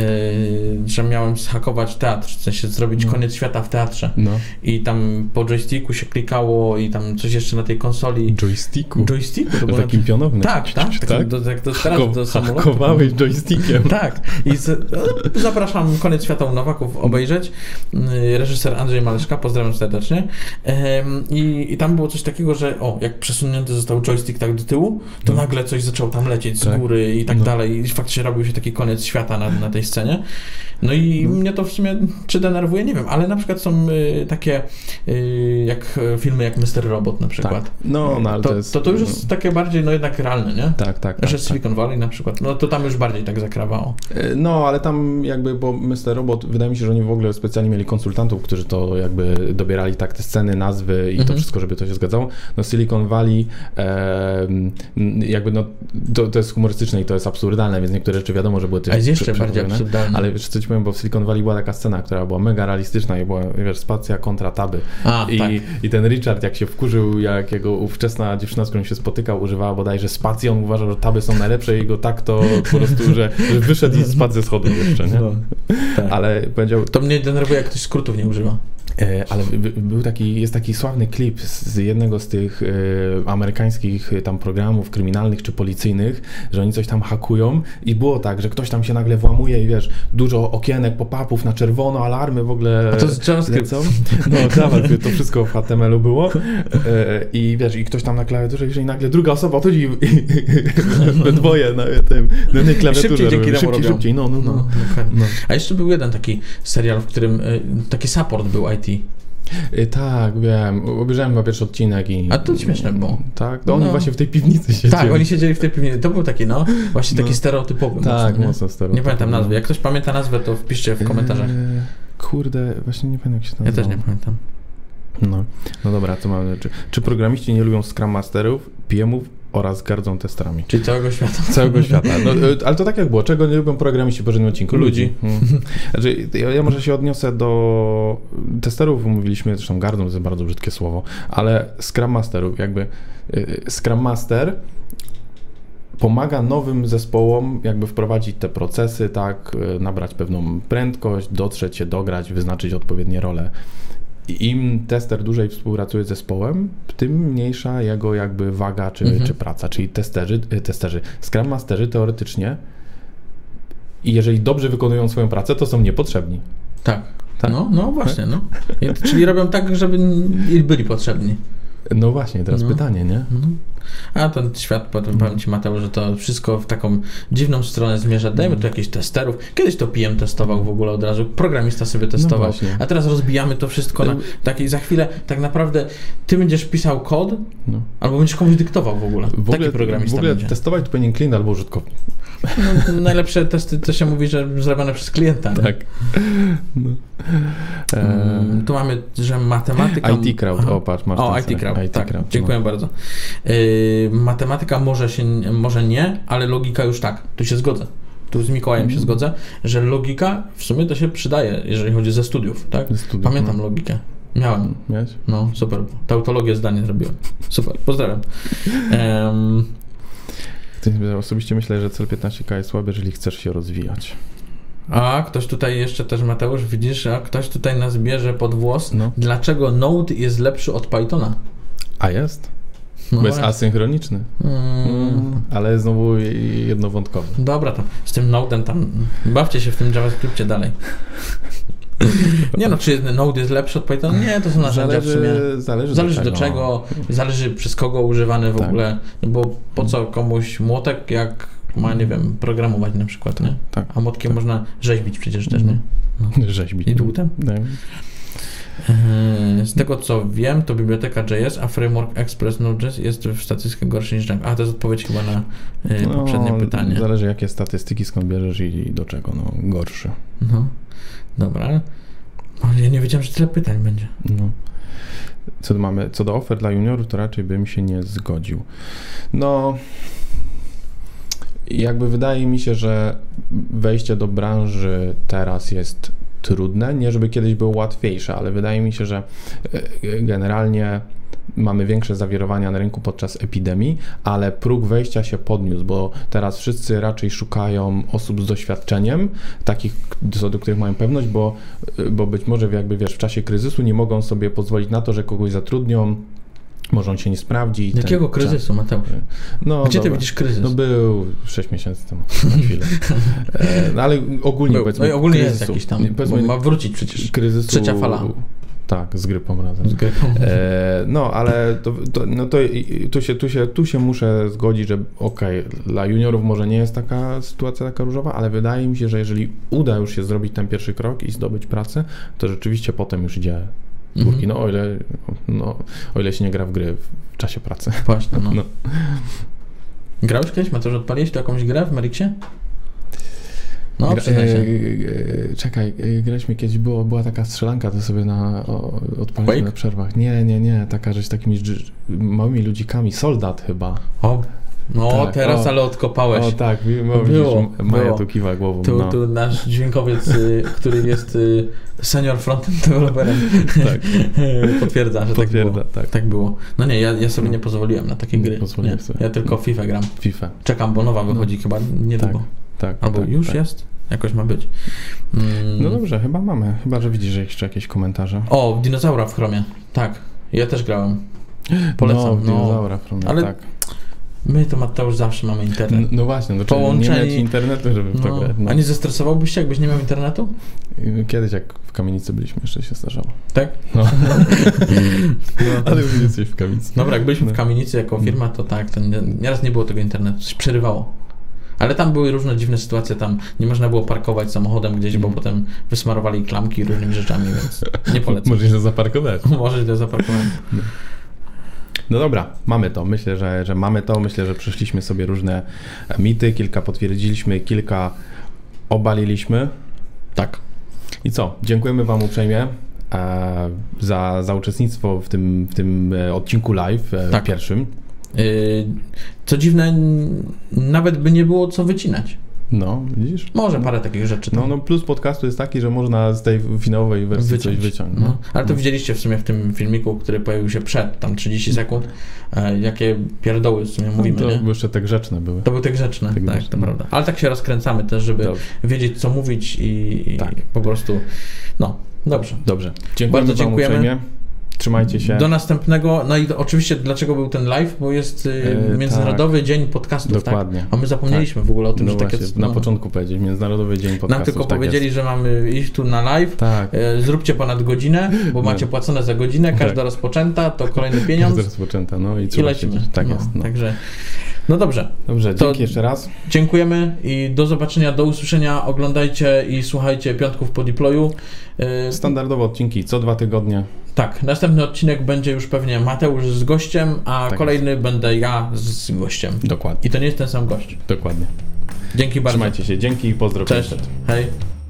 Speaker 1: że miałem zhakować teatr, w sensie zrobić
Speaker 2: No.
Speaker 1: koniec świata w teatrze.
Speaker 2: No.
Speaker 1: I tam po joysticku się klikało i tam coś jeszcze na tej konsoli.
Speaker 2: Joysticku.
Speaker 1: Joysticku? To było
Speaker 2: Takim
Speaker 1: na-
Speaker 2: pionowym.
Speaker 1: Tak, tak. tak,
Speaker 2: tak?
Speaker 1: Do, jak to teraz
Speaker 2: Hako-
Speaker 1: do samolotu.
Speaker 2: Hakowałeś joystickiem.
Speaker 1: Tak. I z, e, zapraszam Koniec Świata u Nowaków obejrzeć. Y, Reżyser Andrzej Maleszka, pozdrawiam serdecznie. Em, I, I tam było coś takiego, że o, jak przesunięty został joystick tak do tyłu, to
Speaker 2: No.
Speaker 1: nagle coś zaczęło tam lecieć z
Speaker 2: Tak.
Speaker 1: góry i tak
Speaker 2: No.
Speaker 1: dalej. I faktycznie robił się taki koniec świata na, na tej scenie. No i
Speaker 2: No.
Speaker 1: mnie to w sumie czy denerwuje, nie wiem, ale na przykład są y, takie y, jak e, filmy jak mister Robot na przykład.
Speaker 2: Tak. No, no, ale
Speaker 1: to,
Speaker 2: to jest...
Speaker 1: to, to już jest takie bardziej, no jednak realne, nie?
Speaker 2: Tak, tak, tak.
Speaker 1: Że
Speaker 2: tak.
Speaker 1: Silicon Valley na przykład, no to tam już bardziej tak zakrawało.
Speaker 2: No, ale tam jakby, bo mister Robot, wydaje mi się, że oni w ogóle specjalnie mieli konsultantów, którzy to jakby dobierali tak te sceny, nazwy i
Speaker 1: Mhm.
Speaker 2: to wszystko, żeby to się zgadzało. No Silicon Valley e, jakby no, to, to jest humorystyczne i to jest absurdalne, więc niektóre rzeczy wiadomo, że były też
Speaker 1: A jest jeszcze
Speaker 2: prze-
Speaker 1: bardziej
Speaker 2: przerobione.
Speaker 1: absurdalne.
Speaker 2: Ale wiesz, co ci powiem, bo w Silicon Valley była taka scena, która była mega realistyczna i była, wiesz, spacja kontra taby.
Speaker 1: A,
Speaker 2: I,
Speaker 1: tak.
Speaker 2: I ten Richard, jak się wkurzył, jak jego ówczesna dziewczyna, z którą się spotykał, używała bodajże spacji, on uważał, że taby są najlepsze i go tak to po prostu, że, że wyszedł i spadł ze schodów jeszcze, nie?
Speaker 1: No, tak.
Speaker 2: Ale powiedział...
Speaker 1: To mnie denerwuje, jak ktoś skrótów nie używa.
Speaker 2: E, ale by- by- był taki, jest taki sławny klip z z jednego z tych e, amerykańskich e, tam programów kryminalnych czy policyjnych, że oni coś tam hakują i było tak, że ktoś tam się nagle włamuje i wiesz, dużo okienek, pop-upów na czerwono, alarmy w ogóle
Speaker 1: A to jest JavaScript.
Speaker 2: lecą. No JavaScript, to wszystko w H T M L u było e, i wiesz, i ktoś tam na klawiaturze i nagle druga osoba odchodzi i we dwoje na tym, na jednej klawiaturze.
Speaker 1: Szybciej dzięki
Speaker 2: robią.
Speaker 1: temu
Speaker 2: szybciej,
Speaker 1: robią.
Speaker 2: szybciej, no, no, no.
Speaker 1: No, dokładnie.
Speaker 2: no.
Speaker 1: A jeszcze był jeden taki serial, w którym y, taki support był I T.
Speaker 2: Y, Tak, wiem. Obejrzałem chyba pierwszy odcinek i...
Speaker 1: A to śmieszne było.
Speaker 2: Tak? To oni
Speaker 1: No.
Speaker 2: właśnie w tej piwnicy siedzieli.
Speaker 1: Tak, oni siedzieli w tej piwnicy. To był taki, no, właśnie taki
Speaker 2: No.
Speaker 1: stereotypowy.
Speaker 2: Tak,
Speaker 1: mocno, nie?
Speaker 2: mocno stereotypowy.
Speaker 1: Nie pamiętam nazwy. Jak ktoś pamięta nazwę, to wpiszcie w komentarzach.
Speaker 2: Eee, kurde, właśnie nie pamiętam jak się to
Speaker 1: Ja
Speaker 2: nazywa.
Speaker 1: też nie pamiętam.
Speaker 2: No, no dobra, co mamy? Czy, czy programiści nie lubią Scrum Masterów, P M ów oraz gardzą testerami?
Speaker 1: Czyli całego świata.
Speaker 2: Całego świata. No, y, ale to tak jak było. Czego nie lubią programiści w poprzednim odcinku?
Speaker 1: Ludzi.
Speaker 2: Mm. Znaczy, ja, ja może się odniosę do testerów, mówiliśmy, zresztą gardą to jest bardzo brzydkie słowo, ale Scrum Masterów, jakby y, Scrum Master pomaga nowym zespołom jakby wprowadzić te procesy, tak, y, nabrać pewną prędkość, dotrzeć się, dograć, wyznaczyć odpowiednie role. I im tester dłużej współpracuje z zespołem, tym mniejsza jego jakby waga czy,
Speaker 1: Mhm.
Speaker 2: czy praca. Czyli testerzy, y, testerzy, Scrum Masterzy teoretycznie i jeżeli dobrze wykonują swoją pracę, to są niepotrzebni.
Speaker 1: Tak.
Speaker 2: Tak?
Speaker 1: No, no właśnie, no. I, czyli robią tak, żeby i byli potrzebni.
Speaker 2: No właśnie, teraz
Speaker 1: No.
Speaker 2: pytanie, nie?
Speaker 1: No. A ten świat, potem powiem Ci, Mateusz, że to wszystko w taką dziwną stronę zmierza. Dajmy tu jakichś testerów. Kiedyś to P M testował w ogóle od razu, programista sobie testował,
Speaker 2: właśnie.
Speaker 1: a teraz rozbijamy to wszystko na takiej, za chwilę tak naprawdę Ty będziesz pisał kod,
Speaker 2: No.
Speaker 1: albo będziesz komuś dyktował w ogóle.
Speaker 2: W ogóle,
Speaker 1: Taki programista
Speaker 2: w ogóle
Speaker 1: będzie.
Speaker 2: testować to powinien klient albo użytkownik.
Speaker 1: No, najlepsze testy to się mówi, że zrobione przez klienta. nie?
Speaker 2: Tak. No.
Speaker 1: Mm, tu mamy, że matematyka...
Speaker 2: I T Crowd,
Speaker 1: Aha.
Speaker 2: o patrz, masz
Speaker 1: O,
Speaker 2: ten
Speaker 1: I T Crowd,
Speaker 2: I T
Speaker 1: tak,
Speaker 2: Crowd,
Speaker 1: dziękuję
Speaker 2: no.
Speaker 1: bardzo. Yy, matematyka może się, może nie, ale logika już tak, tu się zgodzę. Tu z Mikołajem
Speaker 2: Mm.
Speaker 1: się zgodzę, że logika w sumie to się przydaje, jeżeli chodzi ze studiów, tak?
Speaker 2: Ze studiów,
Speaker 1: Pamiętam
Speaker 2: no.
Speaker 1: logikę. Miałem.
Speaker 2: Miałeś?
Speaker 1: No, super. Tautologię zdanie zrobiłem. Super, pozdrawiam. Um,
Speaker 2: Osobiście myślę, że cel piętnaście K jest słaby, jeżeli chcesz się rozwijać.
Speaker 1: A ktoś tutaj jeszcze też, Mateusz, widzisz, a ktoś tutaj nas bierze pod włos. No. Dlaczego Node jest lepszy od Pythona?
Speaker 2: A jest? No bo jest asynchroniczny. Mm. Mm, ale znowu jednowątkowy.
Speaker 1: Dobra, tam z tym Node'em tam bawcie się w tym JavaScriptie dalej. Nie no, czy Node jest lepszy od Pythona? Nie, to są narzędzia w sumie.
Speaker 2: Zależy,
Speaker 1: zależy
Speaker 2: do,
Speaker 1: do czego, zależy przez kogo używany w
Speaker 2: tak.
Speaker 1: ogóle, no bo po co komuś młotek, jak ma, nie wiem, programować na przykład, nie?
Speaker 2: Tak,
Speaker 1: a młotkiem
Speaker 2: tak.
Speaker 1: można rzeźbić przecież też, nie?
Speaker 2: No. Rzeźbić.
Speaker 1: I dłutem?
Speaker 2: No.
Speaker 1: Z tego co wiem, to biblioteka J S, a framework Express Node.js jest w statystykach gorszy niż Django. A to jest odpowiedź chyba na y,
Speaker 2: no,
Speaker 1: poprzednie pytanie.
Speaker 2: Zależy jakie statystyki, skąd bierzesz i, i do czego, no gorszy.
Speaker 1: No, dobra. Ja nie wiedziałem, że tyle pytań będzie.
Speaker 2: No. Co do, mamy, co do ofert dla juniorów, to raczej bym się nie zgodził. No, jakby wydaje mi się, że wejście do branży teraz jest trudne, nie żeby kiedyś było łatwiejsze, ale wydaje mi się, że generalnie mamy większe zawirowania na rynku podczas epidemii, ale próg wejścia się podniósł, bo teraz wszyscy raczej szukają osób z doświadczeniem, takich, co do których mają pewność, bo, bo być może jakby wiesz, w czasie kryzysu nie mogą sobie pozwolić na to, że kogoś zatrudnią, może on się nie sprawdzi.
Speaker 1: Jakiego ten, kryzysu, Mateusz?
Speaker 2: No,
Speaker 1: Gdzie
Speaker 2: dobra.
Speaker 1: ty widzisz kryzys?
Speaker 2: No był sześć miesięcy temu, na chwilę. E, no ale ogólnie
Speaker 1: był.
Speaker 2: powiedzmy
Speaker 1: No i ogólnie
Speaker 2: kryzysu,
Speaker 1: jest jakiś tam,
Speaker 2: powiedzmy,
Speaker 1: ma wrócić przecież
Speaker 2: kryzysu,
Speaker 1: trzecia fala.
Speaker 2: Tak, z grypą razem.
Speaker 1: Z grypą.
Speaker 2: E, no, ale to, to, no to, tu, się, tu, się, tu się muszę zgodzić, że okej, okay, dla juniorów może nie jest taka sytuacja taka różowa, ale wydaje mi się, że jeżeli uda już się zrobić ten pierwszy krok i zdobyć pracę, to rzeczywiście potem już idzie górki. Mm-hmm. No, o ile, no o ile się nie gra w gry w czasie pracy.
Speaker 1: Właśnie, no.
Speaker 2: no.
Speaker 1: Grałeś kiedyś? Mateusz, odpaliłeś tu jakąś grę w Merixie? No, przyznaj się.
Speaker 2: E, e, czekaj, e, graliśmy kiedyś, było, była taka strzelanka, to sobie na, odpaliśmy na przerwach. Nie, nie, nie, taka rzecz takimi dż, małymi ludzikami, Soldat chyba.
Speaker 1: O, no
Speaker 2: tak,
Speaker 1: teraz
Speaker 2: o,
Speaker 1: ale odkopałeś.
Speaker 2: O tak, było,
Speaker 1: było,
Speaker 2: Maja
Speaker 1: było.
Speaker 2: tu kiwa głową.
Speaker 1: Tu,
Speaker 2: no.
Speaker 1: tu nasz dźwiękowiec, y, który jest y, senior frontend developerem, tak. potwierdza, że
Speaker 2: Potwierdza,
Speaker 1: tak było.
Speaker 2: Tak.
Speaker 1: tak było. No nie, ja, ja sobie nie pozwoliłem na takie gry.
Speaker 2: Nie,
Speaker 1: nie. Ja tylko FIFA gram.
Speaker 2: FIFA.
Speaker 1: Czekam, bo nowa wychodzi no. chyba niedługo.
Speaker 2: Tak, tak.
Speaker 1: Albo
Speaker 2: tak,
Speaker 1: już
Speaker 2: tak.
Speaker 1: jest? Jakoś ma być. Mm.
Speaker 2: No dobrze, chyba mamy. Chyba, że widzisz że jeszcze jakieś komentarze.
Speaker 1: O, dinozaura w Chromie. Tak, ja też grałem. Polecam.
Speaker 2: No, dinozaura w Chromie,
Speaker 1: ale
Speaker 2: tak.
Speaker 1: My to, Mateusz, zawsze mamy internet.
Speaker 2: No, no właśnie, no,
Speaker 1: Połączeni...
Speaker 2: nie mieć internetu, żeby w to
Speaker 1: no.
Speaker 2: grać. No.
Speaker 1: A nie zestresowałbyś się, jakbyś nie miał internetu?
Speaker 2: Kiedyś jak w kamienicy byliśmy, jeszcze się zdarzało.
Speaker 1: Tak?
Speaker 2: No. no ale już jesteś w kamienicy.
Speaker 1: Dobra, jak byliśmy no. w kamienicy jako firma, to tak, to nieraz nie było tego internetu, coś przerywało. Ale tam były różne dziwne sytuacje, tam nie można było parkować samochodem gdzieś, bo mm. potem wysmarowali klamki różnymi rzeczami, więc nie polecam.
Speaker 2: Może źle zaparkować.
Speaker 1: Może źle zaparkować.
Speaker 2: No. No dobra, mamy to. Myślę, że, że mamy to. Myślę, że przeszliśmy sobie różne mity, kilka potwierdziliśmy, kilka obaliliśmy.
Speaker 1: Tak.
Speaker 2: I co? Dziękujemy Wam uprzejmie e, za, za uczestnictwo w tym, w tym odcinku live e,
Speaker 1: tak.
Speaker 2: pierwszym.
Speaker 1: Yy, co dziwne, nawet by nie było co wycinać.
Speaker 2: No, widzisz?
Speaker 1: Może parę takich rzeczy.
Speaker 2: No, no plus podcastu jest taki, że można z tej finałowej wersji wyciąć. coś wyciąć. No.
Speaker 1: No. Ale to
Speaker 2: no.
Speaker 1: widzieliście w sumie w tym filmiku, który pojawił się przed, tam trzydzieści sekund, e, jakie pierdoły w sumie mówimy,
Speaker 2: no, to
Speaker 1: nie?
Speaker 2: jeszcze te grzeczne były.
Speaker 1: To były te grzeczne,
Speaker 2: tak,
Speaker 1: tak,
Speaker 2: grzeczne.
Speaker 1: to prawda. Ale tak się rozkręcamy też, żeby Dobrze. wiedzieć, co mówić i, i
Speaker 2: tak.
Speaker 1: po prostu, no, dobrze.
Speaker 2: Dobrze. Dziękujemy
Speaker 1: Bardzo dziękujemy.
Speaker 2: Uprzejmie. Trzymajcie się.
Speaker 1: Do następnego, no i to, oczywiście dlaczego był ten live, bo jest y,
Speaker 2: e,
Speaker 1: Międzynarodowy
Speaker 2: tak.
Speaker 1: Dzień Podcastów,
Speaker 2: Dokładnie.
Speaker 1: tak? A my zapomnieliśmy tak. w ogóle o tym,
Speaker 2: no
Speaker 1: że
Speaker 2: właśnie,
Speaker 1: tak jest.
Speaker 2: Na
Speaker 1: no.
Speaker 2: początku powiedzieć, Międzynarodowy Dzień Podcastów.
Speaker 1: Nam tylko
Speaker 2: tak
Speaker 1: powiedzieli,
Speaker 2: jest.
Speaker 1: że mamy iść tu na live,
Speaker 2: tak.
Speaker 1: e, zróbcie ponad godzinę, bo no. macie płacone za godzinę, każda tak. rozpoczęta to kolejny pieniądz.
Speaker 2: Każda rozpoczęta, no i,
Speaker 1: i lecimy.
Speaker 2: Siedzieć. Tak
Speaker 1: no,
Speaker 2: jest. No.
Speaker 1: Także, no dobrze.
Speaker 2: Dobrze,
Speaker 1: to
Speaker 2: dzięki jeszcze raz.
Speaker 1: Dziękujemy i do zobaczenia, do usłyszenia. Oglądajcie i słuchajcie Piątków po deployu. E,
Speaker 2: Standardowe odcinki, co dwa tygodnie.
Speaker 1: Tak, następny odcinek będzie już pewnie Mateusz z gościem, a tak kolejny jest. będę ja z gościem.
Speaker 2: Dokładnie.
Speaker 1: I to nie jest ten sam gość.
Speaker 2: Dokładnie.
Speaker 1: Dzięki bardzo.
Speaker 2: Trzymajcie się, dzięki i pozdrowienia.
Speaker 1: Cześć. Hej.